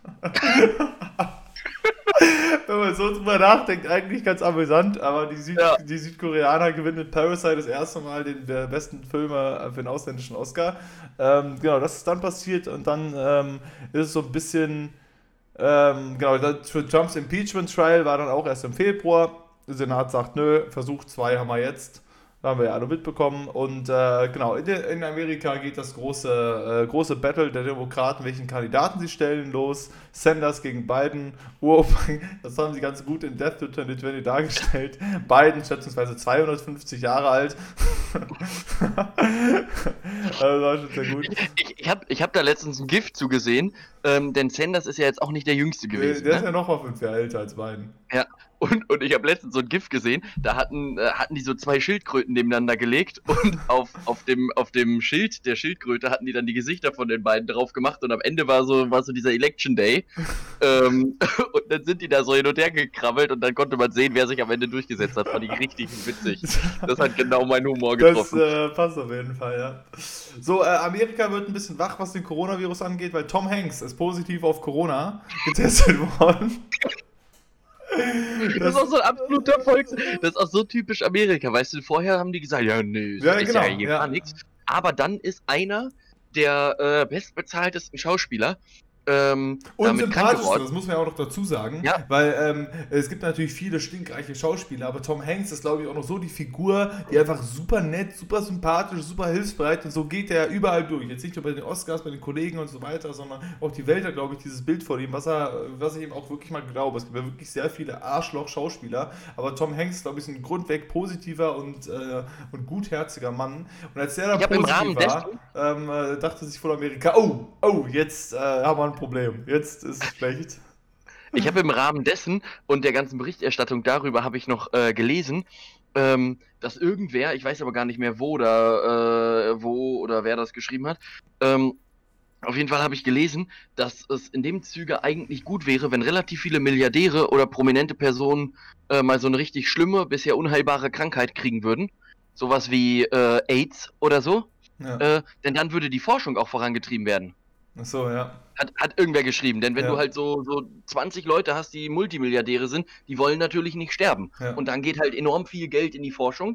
Wenn man so drüber nachdenkt, eigentlich ganz amüsant, aber die, Süd Ja. die Südkoreaner gewinnen mit Parasite das erste Mal den der besten Film für den ausländischen Oscar. Ähm, genau, das ist dann passiert und dann ähm, ist es so ein bisschen, ähm, genau, das- für Trumps Impeachment Trial war dann auch erst im Februar. Der Senat sagt, nö, Versuch zwei haben wir jetzt. haben wir ja alle mitbekommen. Und äh, genau, in, der, in Amerika geht das große, äh, große Battle der Demokraten, welchen Kandidaten sie stellen, los. Sanders gegen Biden. Wow, das haben sie ganz gut in Death to zwanzig zwanzig dargestellt. Biden schätzungsweise zweihundertfünfzig Jahre alt. Das war schon sehr gut. Ich, ich habe ich hab da letztens ein GIF zugesehen, ähm, denn Sanders ist ja jetzt auch nicht der Jüngste gewesen. Der ist Ne? ja noch mal fünf Jahre älter als Biden. Ja, und, und ich habe letztens so ein GIF gesehen, da hatten, äh, hatten die so zwei Schildkröten nebeneinander gelegt und auf, auf, dem, auf dem Schild der Schildkröte hatten die dann die Gesichter von den beiden drauf gemacht und am Ende war so, war so dieser Election Day. ähm, und dann sind die da so hin und her gekrabbelt und dann konnte man sehen, wer sich am Ende durchgesetzt hat. Fand ich richtig witzig. Das hat genau meinen Humor getroffen. Das äh, passt auf jeden Fall, ja. So, äh, Amerika wird ein bisschen wach, was den Coronavirus angeht, weil Tom Hanks ist positiv auf Corona getestet worden. Das ist auch so ein absoluter Volks... Das ist auch so typisch Amerika, weißt du, vorher haben die gesagt, ja, nee, das Ja, ist genau, ja hier ja. gar nichts. Aber dann ist einer der äh, bestbezahltesten Schauspieler ähm, Und damit krank sympathischste, geworden. das muss man ja auch noch dazu sagen, Ja. weil ähm, es gibt natürlich viele stinkreiche Schauspieler, aber Tom Hanks ist, glaube ich, auch noch so die Figur, die einfach super nett, super sympathisch, super hilfsbereit und so geht er überall durch. Jetzt nicht nur bei den Oscars, bei den Kollegen und so weiter, sondern auch die Welt hat, glaube ich, dieses Bild vor ihm, was er, was ich ihm auch wirklich mal glaube. Es gibt ja wirklich sehr viele Arschloch-Schauspieler, aber Tom Hanks ist, glaube ich, ein grundweg positiver und, äh, und gutherziger Mann. Und als der da Ich hab im positiv Rahmen war, ähm, äh, dachte sich voll Amerika, oh, oh, jetzt äh, haben wir ein Problem. Jetzt ist es schlecht. Ich habe im Rahmen dessen und der ganzen Berichterstattung darüber habe ich noch äh, gelesen, ähm, dass irgendwer, ich weiß aber gar nicht mehr wo oder äh, wo oder wer das geschrieben hat, ähm, auf jeden Fall habe ich gelesen, dass es in dem Zuge eigentlich gut wäre, wenn relativ viele Milliardäre oder prominente Personen äh, mal so eine richtig schlimme, bisher unheilbare Krankheit kriegen würden. Sowas wie äh, AIDS oder so. Ja. Äh, denn dann würde die Forschung auch vorangetrieben werden. Achso, ja. Hat, hat irgendwer geschrieben, denn wenn Ja. du halt so, so zwanzig Leute hast, die Multimilliardäre sind, die wollen natürlich nicht sterben. Ja. Und dann geht halt enorm viel Geld in die Forschung.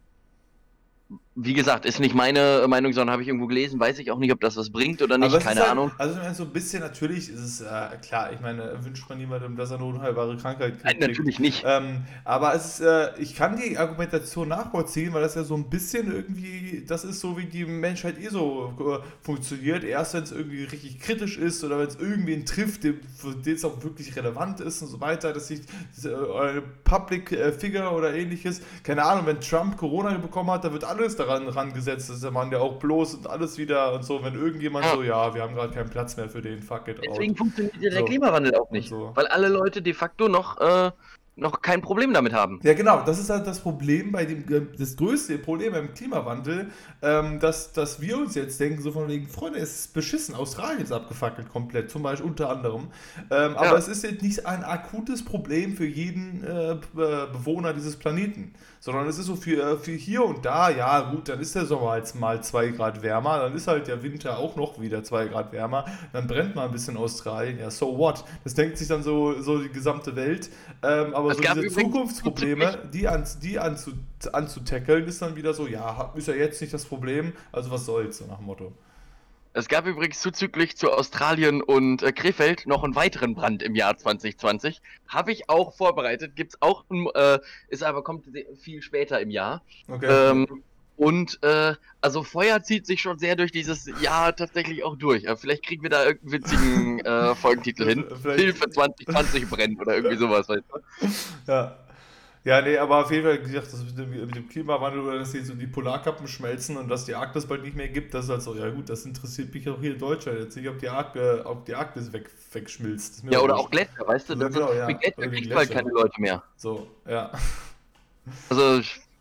Wie gesagt, ist nicht meine Meinung, sondern habe ich irgendwo gelesen, weiß ich auch nicht, ob das was bringt oder nicht, Aber es keine ist halt, Ahnung. Also ich meine, so ein bisschen natürlich ist es, äh, klar, ich meine, wünscht man niemandem, dass er eine unheilbare Krankheit Nein, kriegt. natürlich nicht. Ähm, aber es ist, äh, ich kann die Argumentation nachvollziehen, weil das ja so ein bisschen irgendwie, das ist so, wie die Menschheit eh so äh, funktioniert. Erst wenn es irgendwie richtig kritisch ist oder wenn es irgendwen trifft, dem, für den es auch wirklich relevant ist und so weiter, dass sich äh, eine Public äh, Figure oder ähnliches, keine Ahnung, wenn Trump Corona bekommen hat, da wird alles daran rangesetzt, das ist der Mann, der auch bloß und alles wieder und so, wenn irgendjemand Ja. so, ja, wir haben gerade keinen Platz mehr für den, fuck it out. Deswegen funktioniert ja der So. Klimawandel auch nicht. Und so. Weil alle Leute de facto noch, äh, noch kein Problem damit haben. Ja, genau, das ist halt das Problem bei dem, das größte Problem beim Klimawandel, ähm, dass, dass wir uns jetzt denken, so von wegen, Freunde, es ist beschissen, Australien ist abgefackelt komplett, zum Beispiel unter anderem. Ähm, aber Ja. es ist jetzt nicht ein akutes Problem für jeden äh, Be- Bewohner dieses Planeten, sondern es ist so für, für hier und da, ja gut, dann ist der Sommer jetzt mal zwei Grad wärmer, dann ist halt der Winter auch noch wieder zwei Grad wärmer, dann brennt mal ein bisschen Australien, ja, so what? Das denkt sich dann so, so die gesamte Welt, ähm, aber Es so gab diese übrigens Zukunftsprobleme, die, an, die anzu, anzutackeln, ist dann wieder so, ja, ist ja jetzt nicht das Problem, also was soll's, so nach dem Motto. Es gab übrigens zuzüglich zu Australien und äh, Krefeld noch einen weiteren Brand im Jahr zwanzig zwanzig. Habe ich auch vorbereitet, gibt's auch, ein, äh, ist aber kommt sehr- viel später im Jahr. Okay. Ähm, und äh, also Feuer zieht sich schon sehr durch dieses Jahr tatsächlich auch durch. Äh, vielleicht kriegen wir da irgendeinen witzigen äh, Folgentitel hin. Vielleicht- Hilfe zwanzig zwanzig brennt oder irgendwie sowas, weißt du? Ja. Ja, nee, aber auf jeden Fall gesagt, das mit dem, mit dem Klimawandel oder dass hier so die Polarkappen schmelzen und dass die Arktis bald nicht mehr gibt, das ist halt so, ja gut, das interessiert mich auch hier in Deutschland jetzt nicht, ob die, Ark, äh, ob die Arktis weg, wegschmilzt. Das ist mir Ja, oder wurscht. auch Gletscher, weißt du? Ja, Das genau, ist, ja. mit Gletscher Oder die kriegt halt Gletscher. keine Leute mehr. So, ja. Also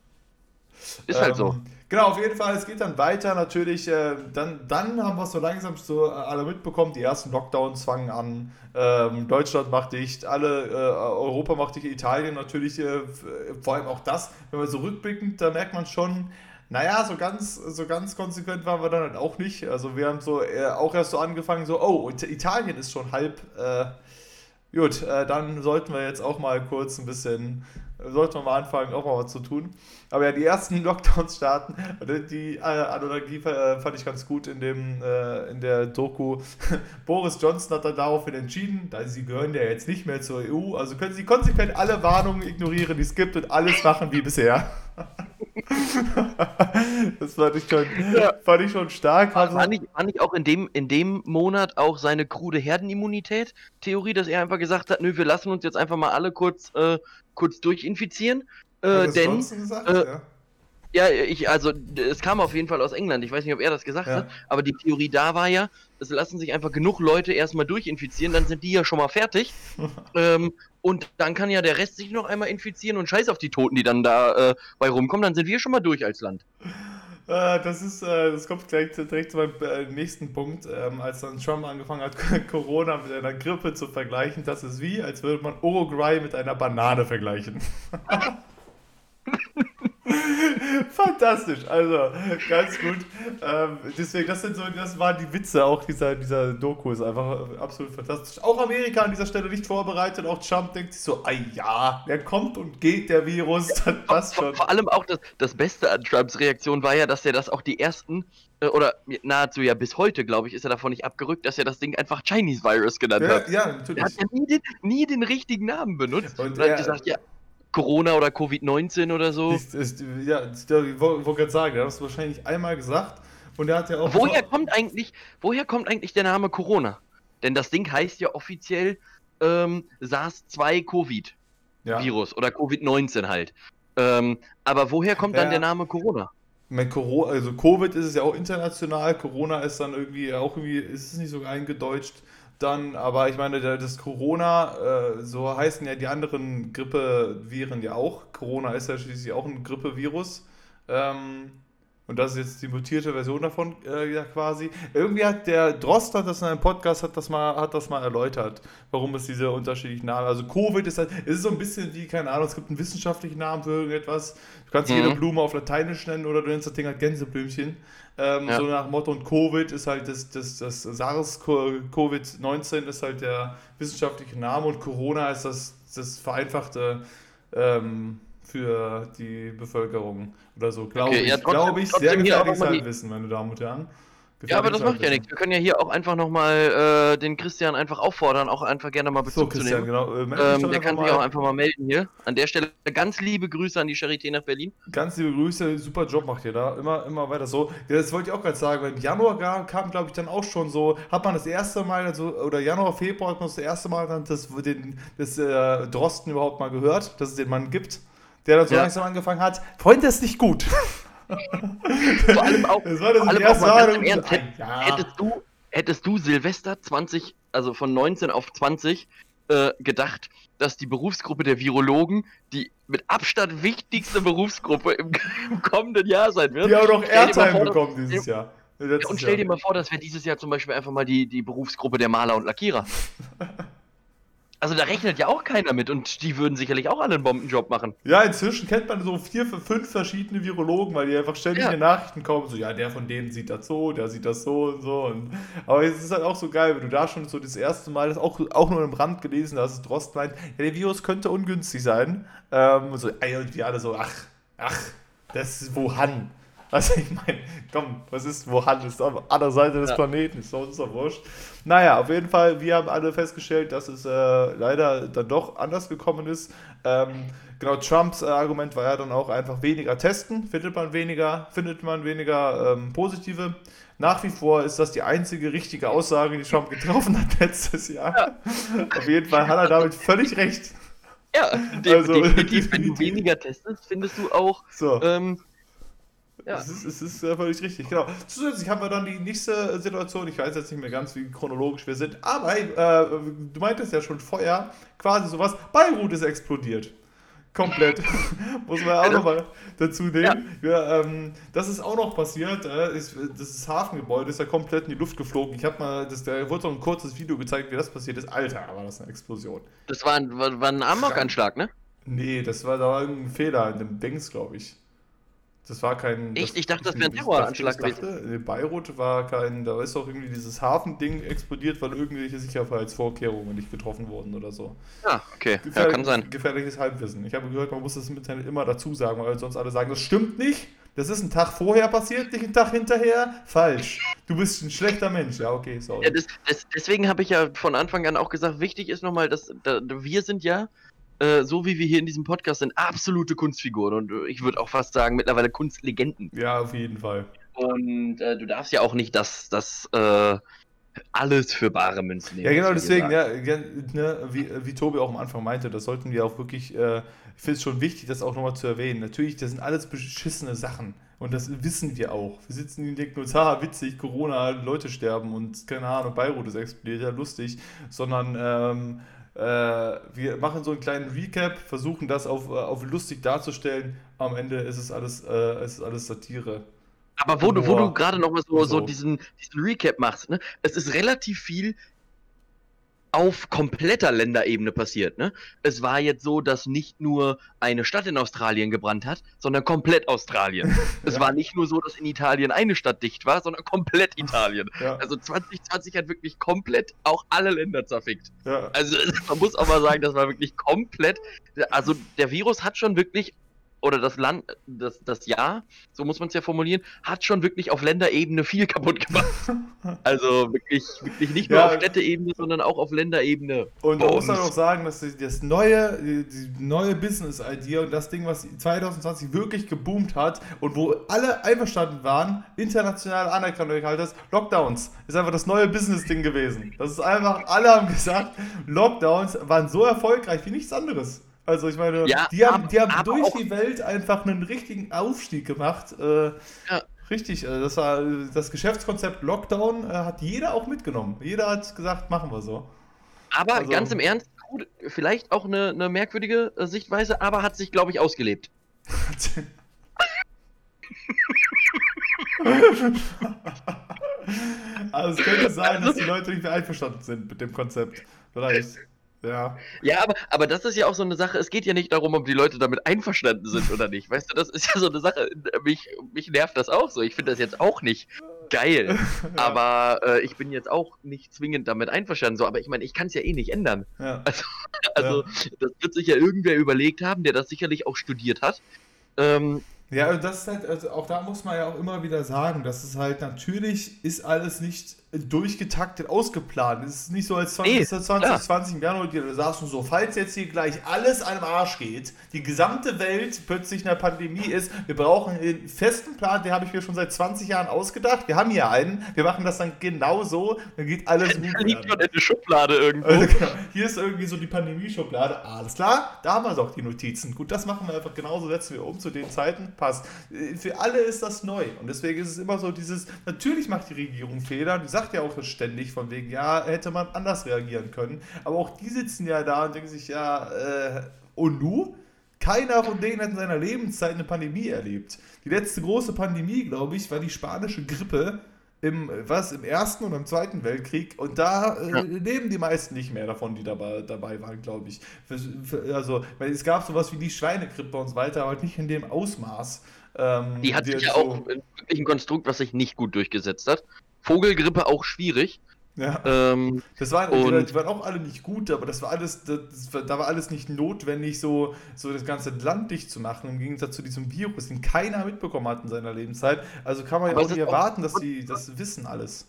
ist halt Ähm, so. Genau, auf jeden Fall, es geht dann weiter natürlich. Äh, dann, dann haben wir es so langsam so äh, alle mitbekommen, die ersten Lockdowns fangen an. Ähm, Deutschland macht dicht, alle, äh, Europa macht dicht, Italien natürlich, äh, f- vor allem auch das, wenn wir so rückblickend, da merkt man schon, naja, so ganz, so ganz konsequent waren wir dann halt auch nicht. Also wir haben so äh, auch erst so angefangen, so, oh, It- Italien ist schon halb. Äh, Gut, äh, dann sollten wir jetzt auch mal kurz ein bisschen, äh, sollten wir mal anfangen, auch mal was zu tun. Aber ja, die ersten Lockdowns starten, und die äh, Analogie äh, fand ich ganz gut in dem, äh, in der Doku. Boris Johnson hat dann daraufhin entschieden, da sie gehören ja jetzt nicht mehr zur E U, also können sie konsequent alle Warnungen ignorieren, die es gibt und alles machen wie bisher. Das fand ich schon, Ja. fand ich schon stark. War, Also, war, nicht, war nicht auch in dem, in dem Monat auch seine krude Herdenimmunität-Theorie, dass er einfach gesagt hat, nö, wir lassen uns jetzt einfach mal alle kurz, äh, kurz durchinfizieren, hat äh, das denn, Johnson gesagt? äh, Ja. ja, ich, also, d- es kam auf jeden Fall aus England, ich weiß nicht, ob er das gesagt Ja. hat, aber die Theorie da war ja, es lassen sich einfach genug Leute erstmal durchinfizieren, dann sind die ja schon mal fertig, ähm, und dann kann ja der Rest sich noch einmal infizieren und scheiß auf die Toten, die dann da äh, bei rumkommen, dann sind wir schon mal durch als Land. Äh, das ist, äh, das kommt gleich direkt zu meinem äh, nächsten Punkt, ähm, als dann Trump angefangen hat, Corona mit einer Grippe zu vergleichen. Das ist wie, als würde man Uruguay mit einer Banane vergleichen. Fantastisch, also ganz gut. Ähm, deswegen, das sind so, das waren die Witze auch dieser, dieser Doku, ist einfach absolut fantastisch. Auch Amerika an dieser Stelle nicht vorbereitet, auch Trump denkt sich so, ah ja, der kommt und geht, der Virus, das passt Vor, schon. vor allem auch das, das Beste an Trumps Reaktion war ja, dass er das auch die ersten, äh, oder nahezu ja bis heute, glaube ich, ist er davon nicht abgerückt, dass er das Ding einfach Chinese Virus genannt Ja, hat. ja, Er natürlich. hat ja nie den, nie den richtigen Namen benutzt Und und, hat er- gesagt, ja, Corona oder Covid neunzehn oder so. Ist, ist, ja, ich wollte wollt gerade sagen, er hat das wahrscheinlich einmal gesagt und er hat ja auch. Woher kommt eigentlich, woher kommt eigentlich der Name Corona? Denn das Ding heißt ja offiziell ähm, SARS zwei Covid ja. Virus oder Covid neunzehn halt. Ähm, aber woher kommt dann Ja. der Name Corona? Ich meine, Corona, also Covid ist es ja auch international, Corona ist dann irgendwie auch irgendwie, ist es nicht so eingedeutscht dann, aber ich meine, da- das Corona, äh, so heißen ja die anderen Grippeviren ja auch. Corona ist ja schließlich auch ein Grippevirus. Ähm, und das ist jetzt die mutierte Version davon, äh, ja quasi. Irgendwie hat der Drost hat das in einem Podcast hat das mal, hat das mal erläutert, warum es diese unterschiedlichen Namen. Also Covid ist halt, es ist so ein bisschen wie, keine Ahnung, es gibt einen wissenschaftlichen Namen für irgendetwas. Du kannst Mhm. jede Blume auf Lateinisch nennen oder du nennst das Ding halt Gänseblümchen. Ähm, Ja. So nach Motto, und Covid ist halt das, das, das SARS-Covid neunzehn ist halt der wissenschaftliche Name und Corona ist das, das vereinfachte ähm, für die Bevölkerung oder so, glaube Okay, ich. ja, trotzdem- glaube ich, sehr trotzdem hier auch gefährliches noch mal die- Halbwissen, meine Damen und Herren. Ja, aber das Gefährliches macht ja Halbwissen. nichts. Wir können ja hier auch einfach nochmal äh, den Christian einfach auffordern, auch einfach gerne mal So, Bezug zu Christian, nehmen. genau. Äh, meld dich Ähm, doch der einfach kann sich mal. auch einfach mal melden hier. An der Stelle ganz liebe Grüße an die Charité nach Berlin. Ganz liebe Grüße, super Job macht ihr da. Immer, immer weiter so. Ja, das wollte ich auch gerade sagen, weil im Januar kam, kam glaube ich, dann auch schon so, hat man das erste Mal, also, oder Januar, Februar hat man das erste Mal dann das, den, das äh, Drosten überhaupt mal gehört, dass es den Mann gibt, der dann so Ja. langsam angefangen hat. Freunde, das ist nicht gut. Vor allem auch, Das war das vor allem auch erste mal Mal. ganz im und so, Ernst, hätt- ah, ja. hättest du, hättest du Silvester zwanzig, also von neunzehn auf zwanzig, äh, gedacht, dass die Berufsgruppe der Virologen die mit Abstand wichtigste Berufsgruppe im, im kommenden Jahr sein wird? Die auch noch Stell dir mal Airtime vor, dass- bekommen dieses Jahr. Letztes Und stell dir Jahr. mal vor, das wäre dieses Jahr zum Beispiel einfach mal die, die Berufsgruppe der Maler und Lackierer. Also da rechnet ja auch keiner mit und die würden sicherlich auch alle einen Bombenjob machen. Ja, inzwischen kennt man so vier, fünf verschiedene Virologen, weil die einfach ständig Ja. in den Nachrichten kommen, so, ja, der von denen sieht das so, der sieht das so und so. Und, aber es ist halt auch so geil, wenn du da schon so das erste Mal, das auch, auch nur im Rand gelesen hast, dass Drost meint, ja, der Virus könnte ungünstig sein. Ähm, und so, ey, und die alle so, ach, ach, das ist Wuhan. Also ich meine, komm, was ist Wuhan? Das ist auf der anderen Seite des Ja. Planeten, ist doch, ist doch wurscht. Naja, auf jeden Fall, wir haben alle festgestellt, dass es äh, leider dann doch anders gekommen ist. Ähm, genau, Trumps äh, Argument war ja dann auch einfach weniger testen. Findet man weniger, findet man weniger ähm, positive. Nach wie vor ist das die einzige richtige Aussage, die Trump getroffen hat letztes Jahr. Auf jeden Fall hat er damit völlig recht. Ja, de Also, definitiv, wenn du definitiv. weniger testest, findest du auch, So. ähm, ja. Es ist, es ist äh, völlig richtig, genau. Zusätzlich haben wir dann die nächste Situation, ich weiß jetzt nicht mehr ganz, wie chronologisch wir sind, aber äh, du meintest ja schon vorher, quasi sowas, Beirut ist explodiert. Komplett. Muss man ja auch Also, nochmal dazu nehmen. Ja. ähm, das ist auch noch passiert. Äh, ist, das Hafengebäude ist ja komplett in die Luft geflogen. Ich habe mal, das, da wurde so ein kurzes Video gezeigt, wie das passiert ist. Alter, war das eine Explosion. Das war ein, war, war ein Amok-Anschlag, ne? Nee, das war, da war irgendein Fehler in dem Dings, glaube ich. Das war kein. Echt? Das, Ich dachte, das wäre ein ich- ich Terroranschlag dachte, ich dachte, in Beirut war kein. Da ist doch irgendwie dieses Hafending explodiert, weil irgendwelche Sicherheitsvorkehrungen nicht getroffen wurden oder so. Ja, okay, ja, Gefährlich- kann sein. Gefährliches Halbwissen. Ich habe gehört, man muss das im Internet immer dazu sagen, weil sonst alle sagen, das stimmt nicht. Das ist ein Tag vorher passiert, nicht ein Tag hinterher. Falsch. Du bist ein schlechter Mensch. Ja, okay, sorry. Ja, das, das, deswegen habe ich ja von Anfang an auch gesagt, wichtig ist nochmal, dass da, wir sind ja äh, so wie wir hier in diesem Podcast sind, absolute Kunstfiguren und äh, ich würde auch fast sagen, mittlerweile Kunstlegenden. Ja, auf jeden Fall. Und äh, du darfst ja auch nicht das, das äh, alles für bare Münze nehmen. Ja, genau, was wir hier deswegen, sagen. ja, ja, ne, wie, wie Tobi auch am Anfang meinte, das sollten wir auch wirklich, äh, ich finde es schon wichtig, das auch nochmal zu erwähnen. Natürlich, das sind alles beschissene Sachen und das wissen wir auch. Wir sitzen hier und denken uns, haha, witzig, Corona, Leute sterben und keine Ahnung, Beirut ist explodiert, ja, lustig, sondern ähm, äh, wir machen so einen kleinen Recap, versuchen das auf, äh, auf lustig darzustellen. Am Ende ist es alles, äh, es ist alles Satire. Aber wo du, wo du Humor gerade nochmal so, und so so. diesen, diesen Recap machst, ne? Es ist relativ viel auf kompletter Länderebene passiert, ne? Es war jetzt so, dass nicht nur eine Stadt in Australien gebrannt hat, sondern komplett Australien. Es Ja. war nicht nur so, dass in Italien eine Stadt dicht war, sondern komplett Italien. Ja. Also zwanzig zwanzig hat wirklich komplett auch alle Länder zerfickt. Ja. Also man muss auch mal sagen, das war wirklich komplett, also der Virus hat schon wirklich, oder das Land, das, das Jahr, so muss man es ja formulieren, hat schon wirklich auf Länderebene viel kaputt gemacht. Also wirklich, wirklich nicht nur Ja. auf Städteebene, sondern auch auf Länderebene. Und da muss man Bums. auch sagen, dass die- das neue, die, die neue Business-Idea und das Ding, was zwanzig zwanzig wirklich geboomt hat und wo alle einverstanden waren, international anerkannt, ist Lockdowns. Ist einfach das neue Business-Ding gewesen. Das ist einfach, alle haben gesagt, Lockdowns waren so erfolgreich wie nichts anderes. Also ich meine, Ja, die haben, aber- die haben aber durch auch- die Welt einfach einen richtigen Aufstieg gemacht. Äh, Ja. Richtig, also das war das Geschäftskonzept Lockdown, äh, hat jeder auch mitgenommen. Jeder hat gesagt, machen wir so. Aber Also- ganz im Ernst, gut, vielleicht auch eine, eine merkwürdige äh, Sichtweise, aber hat sich, glaube ich, ausgelebt. Also es könnte sein, dass die Leute nicht mehr einverstanden sind mit dem Konzept. Vielleicht. Ja. Ja, aber, aber das ist ja auch so eine Sache, es geht ja nicht darum, ob die Leute damit einverstanden sind oder nicht. Weißt du, das ist ja so eine Sache, mich, mich nervt das auch so. Ich finde das jetzt auch nicht geil. Aber äh, ich bin jetzt auch nicht zwingend damit einverstanden. So, aber ich meine, ich kann es ja eh nicht ändern. Ja. Also, das wird sich ja irgendwer überlegt haben, der das sicherlich auch studiert hat. Ähm, Ja, und das ist halt, also auch da muss man ja auch immer wieder sagen, dass es halt natürlich ist alles nicht durchgetaktet, ausgeplant. Es ist nicht so, als Nee, zwanzig zwanzig im Januar, da saßen so, falls jetzt hier gleich alles an den Arsch geht, die gesamte Welt plötzlich in der Pandemie ist, wir brauchen einen festen Plan, den habe ich mir schon seit zwanzig Jahren ausgedacht. Wir haben hier einen, wir machen das dann genau so, dann geht alles gut. da liegt schon werden. in der Schublade irgendwo. Also, genau. Hier ist irgendwie so die Pandemie-Schublade. Alles klar, da haben wir doch die Notizen. Gut, das machen wir einfach genauso, setzen wir um zu den Zeiten. Passt. Äh, Für alle ist das neu. Und deswegen ist es immer so dieses, natürlich macht die Regierung Fehler. Die sagt ja auch ständig von wegen, ja, hätte man anders reagieren können. Aber auch die sitzen ja da und denken sich, ja, äh, und nu? Keiner von denen hat in seiner Lebenszeit eine Pandemie erlebt. Die letzte große Pandemie, glaube ich, war die spanische Grippe im, was, im Ersten und im Zweiten Weltkrieg. Und da äh, Ja. leben die meisten nicht mehr davon, die dabei, dabei waren, glaube ich. Für, für, also, weil es gab sowas wie die Schweinegrippe und so weiter, aber nicht in dem Ausmaß. Ähm, Die hat sich wir ja so- auch in wirklich ein Konstrukt, was sich nicht gut durchgesetzt hat. Vogelgrippe auch schwierig. Ja. Ähm, Das waren, Und- die, die waren auch alle nicht gut, aber das war alles, das, das war, da war alles nicht notwendig, so, so das ganze Land dicht zu machen, im Gegensatz zu diesem Virus, den keiner mitbekommen hat in seiner Lebenszeit. Also kann man ja Aber auch es nicht ist auch- erwarten, dass die das wissen alles.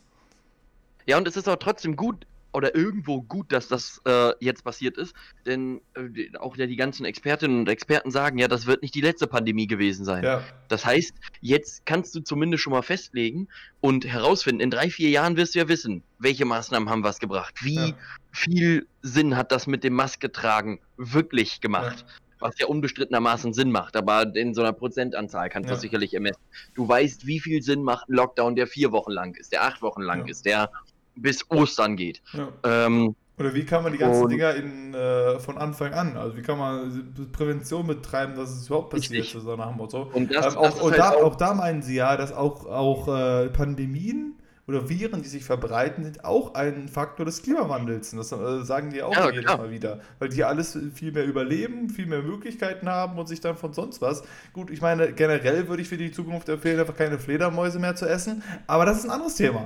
Ja, und es ist auch trotzdem gut oder irgendwo gut, dass das äh, jetzt passiert ist, denn äh, die- auch ja die ganzen Expertinnen und Experten sagen, ja, das wird nicht die letzte Pandemie gewesen sein. Ja, Das heißt, jetzt kannst du zumindest schon mal festlegen und herausfinden, in drei, vier Jahren wirst du ja wissen, welche Maßnahmen haben was gebracht, wie Ja. viel Sinn hat das mit dem Maske tragen wirklich gemacht. Was ja unbestrittenermaßen Sinn macht, aber in so einer Prozentanzahl kannst du Ja. das sicherlich ermessen. Du weißt, wie viel Sinn macht ein Lockdown, der vier Wochen lang ist, der acht Wochen lang Ja. ist, der bis Ostern geht. ja. Ähm, Oder wie kann man die ganzen Und- Dinger in, äh, von Anfang an, also wie kann man Prävention betreiben, dass es überhaupt passiert, Richtig. so nach dem Motto. und das, Ähm, das auch, ist und halt da, auch, auch da meinen sie ja, dass auch, auch äh, Pandemien oder Viren, die sich verbreiten, sind auch ein Faktor des Klimawandels. Und das äh, sagen die auch Ja, jedes klar. Mal wieder. Weil die alles viel mehr überleben, viel mehr Möglichkeiten haben und sich dann von sonst was. Gut, ich meine, generell würde ich für die Zukunft empfehlen, einfach keine Fledermäuse mehr zu essen. Aber das ist ein anderes Thema.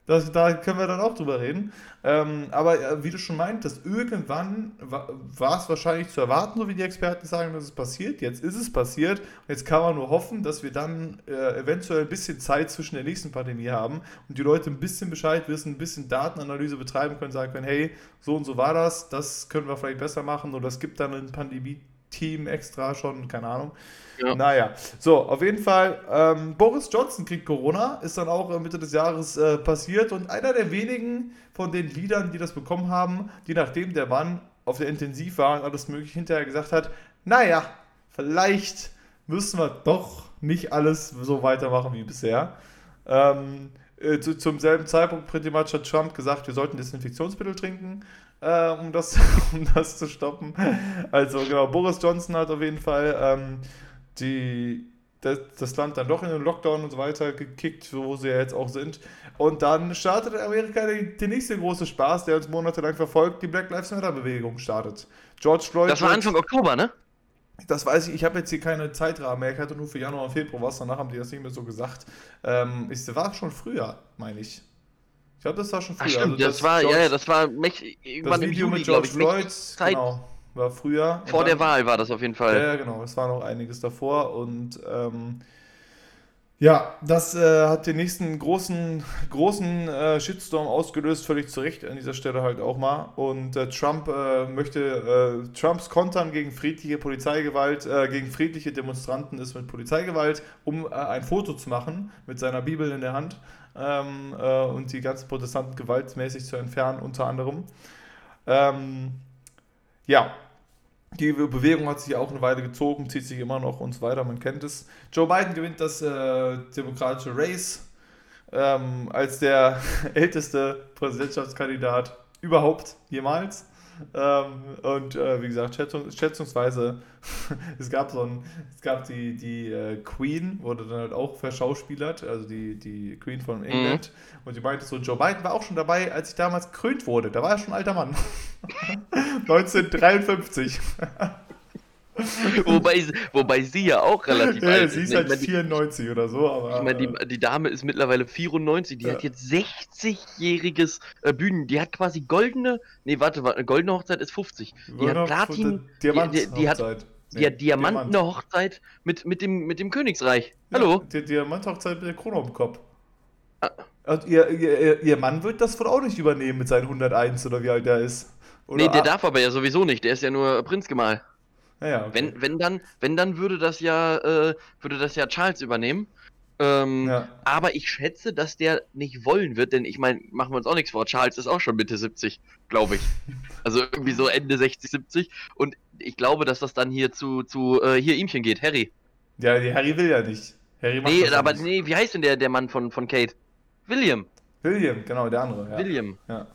Das, da können wir dann auch drüber reden. Ähm, aber äh, wie du schon meintest, irgendwann wa war es wahrscheinlich zu erwarten, so wie die Experten sagen, dass es passiert. Jetzt ist es passiert. Und jetzt kann man nur hoffen, dass wir dann äh, eventuell ein bisschen Zeit zwischen der nächsten Pandemie haben und die Leute ein bisschen Bescheid wissen, ein bisschen Datenanalyse betreiben können, sagen können, hey, so und so war das, das können wir vielleicht besser machen oder es gibt dann ein Pandemie-Team extra schon, keine Ahnung. Ja. Naja, so, auf jeden Fall, ähm, Boris Johnson kriegt Corona, ist dann auch äh, Mitte des Jahres äh, passiert und einer der wenigen von den Leadern, die das bekommen haben, die nachdem der Mann auf der Intensiv war und alles mögliche hinterher gesagt hat, naja, vielleicht müssen wir doch nicht alles so weitermachen wie bisher. Ähm, äh, zu, zum selben Zeitpunkt pretty much hat Trump gesagt, wir sollten Desinfektionsmittel trinken, äh, um, das, um das zu stoppen. Also genau, Boris Johnson hat auf jeden Fall ähm, die, das, das Land dann doch in den Lockdown und so weiter gekickt, wo sie ja jetzt auch sind. Und dann startet Amerika die, die nächste große Spaß, der uns monatelang verfolgt, die Black Lives Matter Bewegung startet. George Floyd. Das war Anfang Oktober, ne? Das weiß ich, ich habe jetzt hier keine Zeitrahmen mehr, ich hatte nur für Januar und Februar was, danach haben die das nicht mehr so gesagt. Ähm, es war schon früher, meine ich. Ich glaube, das war schon früher. Ach stimmt, also das, war, George, ja, ja, das war mächtig, das irgendwann im Video Juli, mit glaube George ich. Floyd, Zeit genau, war früher. Und vor der dann, Wahl war das auf jeden ja, Fall. ja, genau, es war noch einiges davor und ähm, ja, das äh, hat den nächsten großen, großen äh, Shitstorm ausgelöst, völlig zu Recht an dieser Stelle halt auch mal. Und äh, Trump äh, möchte, äh, Trumps Kontern gegen friedliche Polizeigewalt, äh, gegen friedliche Demonstranten ist mit Polizeigewalt, um äh, ein Foto zu machen mit seiner Bibel in der Hand ähm, äh, und die ganzen Protestanten gewaltmäßig zu entfernen, unter anderem. Ähm, ja, die Bewegung hat sich ja auch eine Weile gezogen, zieht sich immer noch und so weiter, man kennt es. Joe Biden gewinnt das äh, demokratische Race ähm, als der älteste Präsidentschaftskandidat überhaupt jemals. Ähm, und äh, wie gesagt, Schätzung, schätzungsweise, es gab so ein, es gab die, die äh, Queen, wurde dann halt auch verschauspielert, also die, die Queen von England. Mhm. Und die meinte so, Joe Biden war auch schon dabei, als ich damals gekrönt wurde. Da war er schon ein alter Mann. neunzehnhundertdreiundfünfzig. wobei, wobei sie ja auch relativ ja, alt sie ist. ist halt vierundneunzig oder so. Aber, ich meine, die, die Dame ist mittlerweile vierundneunzig, die ja. hat jetzt sechzigjähriges äh, Bühnen, die hat quasi goldene, nee, warte, warte, goldene Hochzeit ist fünfzig. Die hat Platin, die, die, die hat, nee, die hat Diamantene Diamant. Hochzeit mit, mit, dem, mit dem Königsreich. Ja, Hallo? Die Diamant-Hochzeit mit der Krone auf dem Kopf. Ah. Und ihr, ihr, ihr Mann wird das wohl auch nicht übernehmen mit seinen hunderteins oder wie alt der ist. Oder nee, der darf aber ja sowieso nicht, der ist ja nur Prinzgemahl. Ja, okay. Wenn, wenn dann, wenn dann würde das ja, äh, würde das ja Charles übernehmen. Ähm, ja. Aber ich schätze, dass der nicht wollen wird, denn ich meine, machen wir uns auch nichts vor, Charles ist auch schon Mitte siebzig, glaube ich. Also irgendwie so Ende sechzig, siebzig. Und ich glaube, dass das dann hier zu, zu äh, hier ihmchen geht, Harry. Ja, die Harry will ja nicht. Harry macht nee, das aber nicht. nee, wie heißt denn der, der Mann von, von Kate? William. William, genau, der andere. Ja. William. Ja.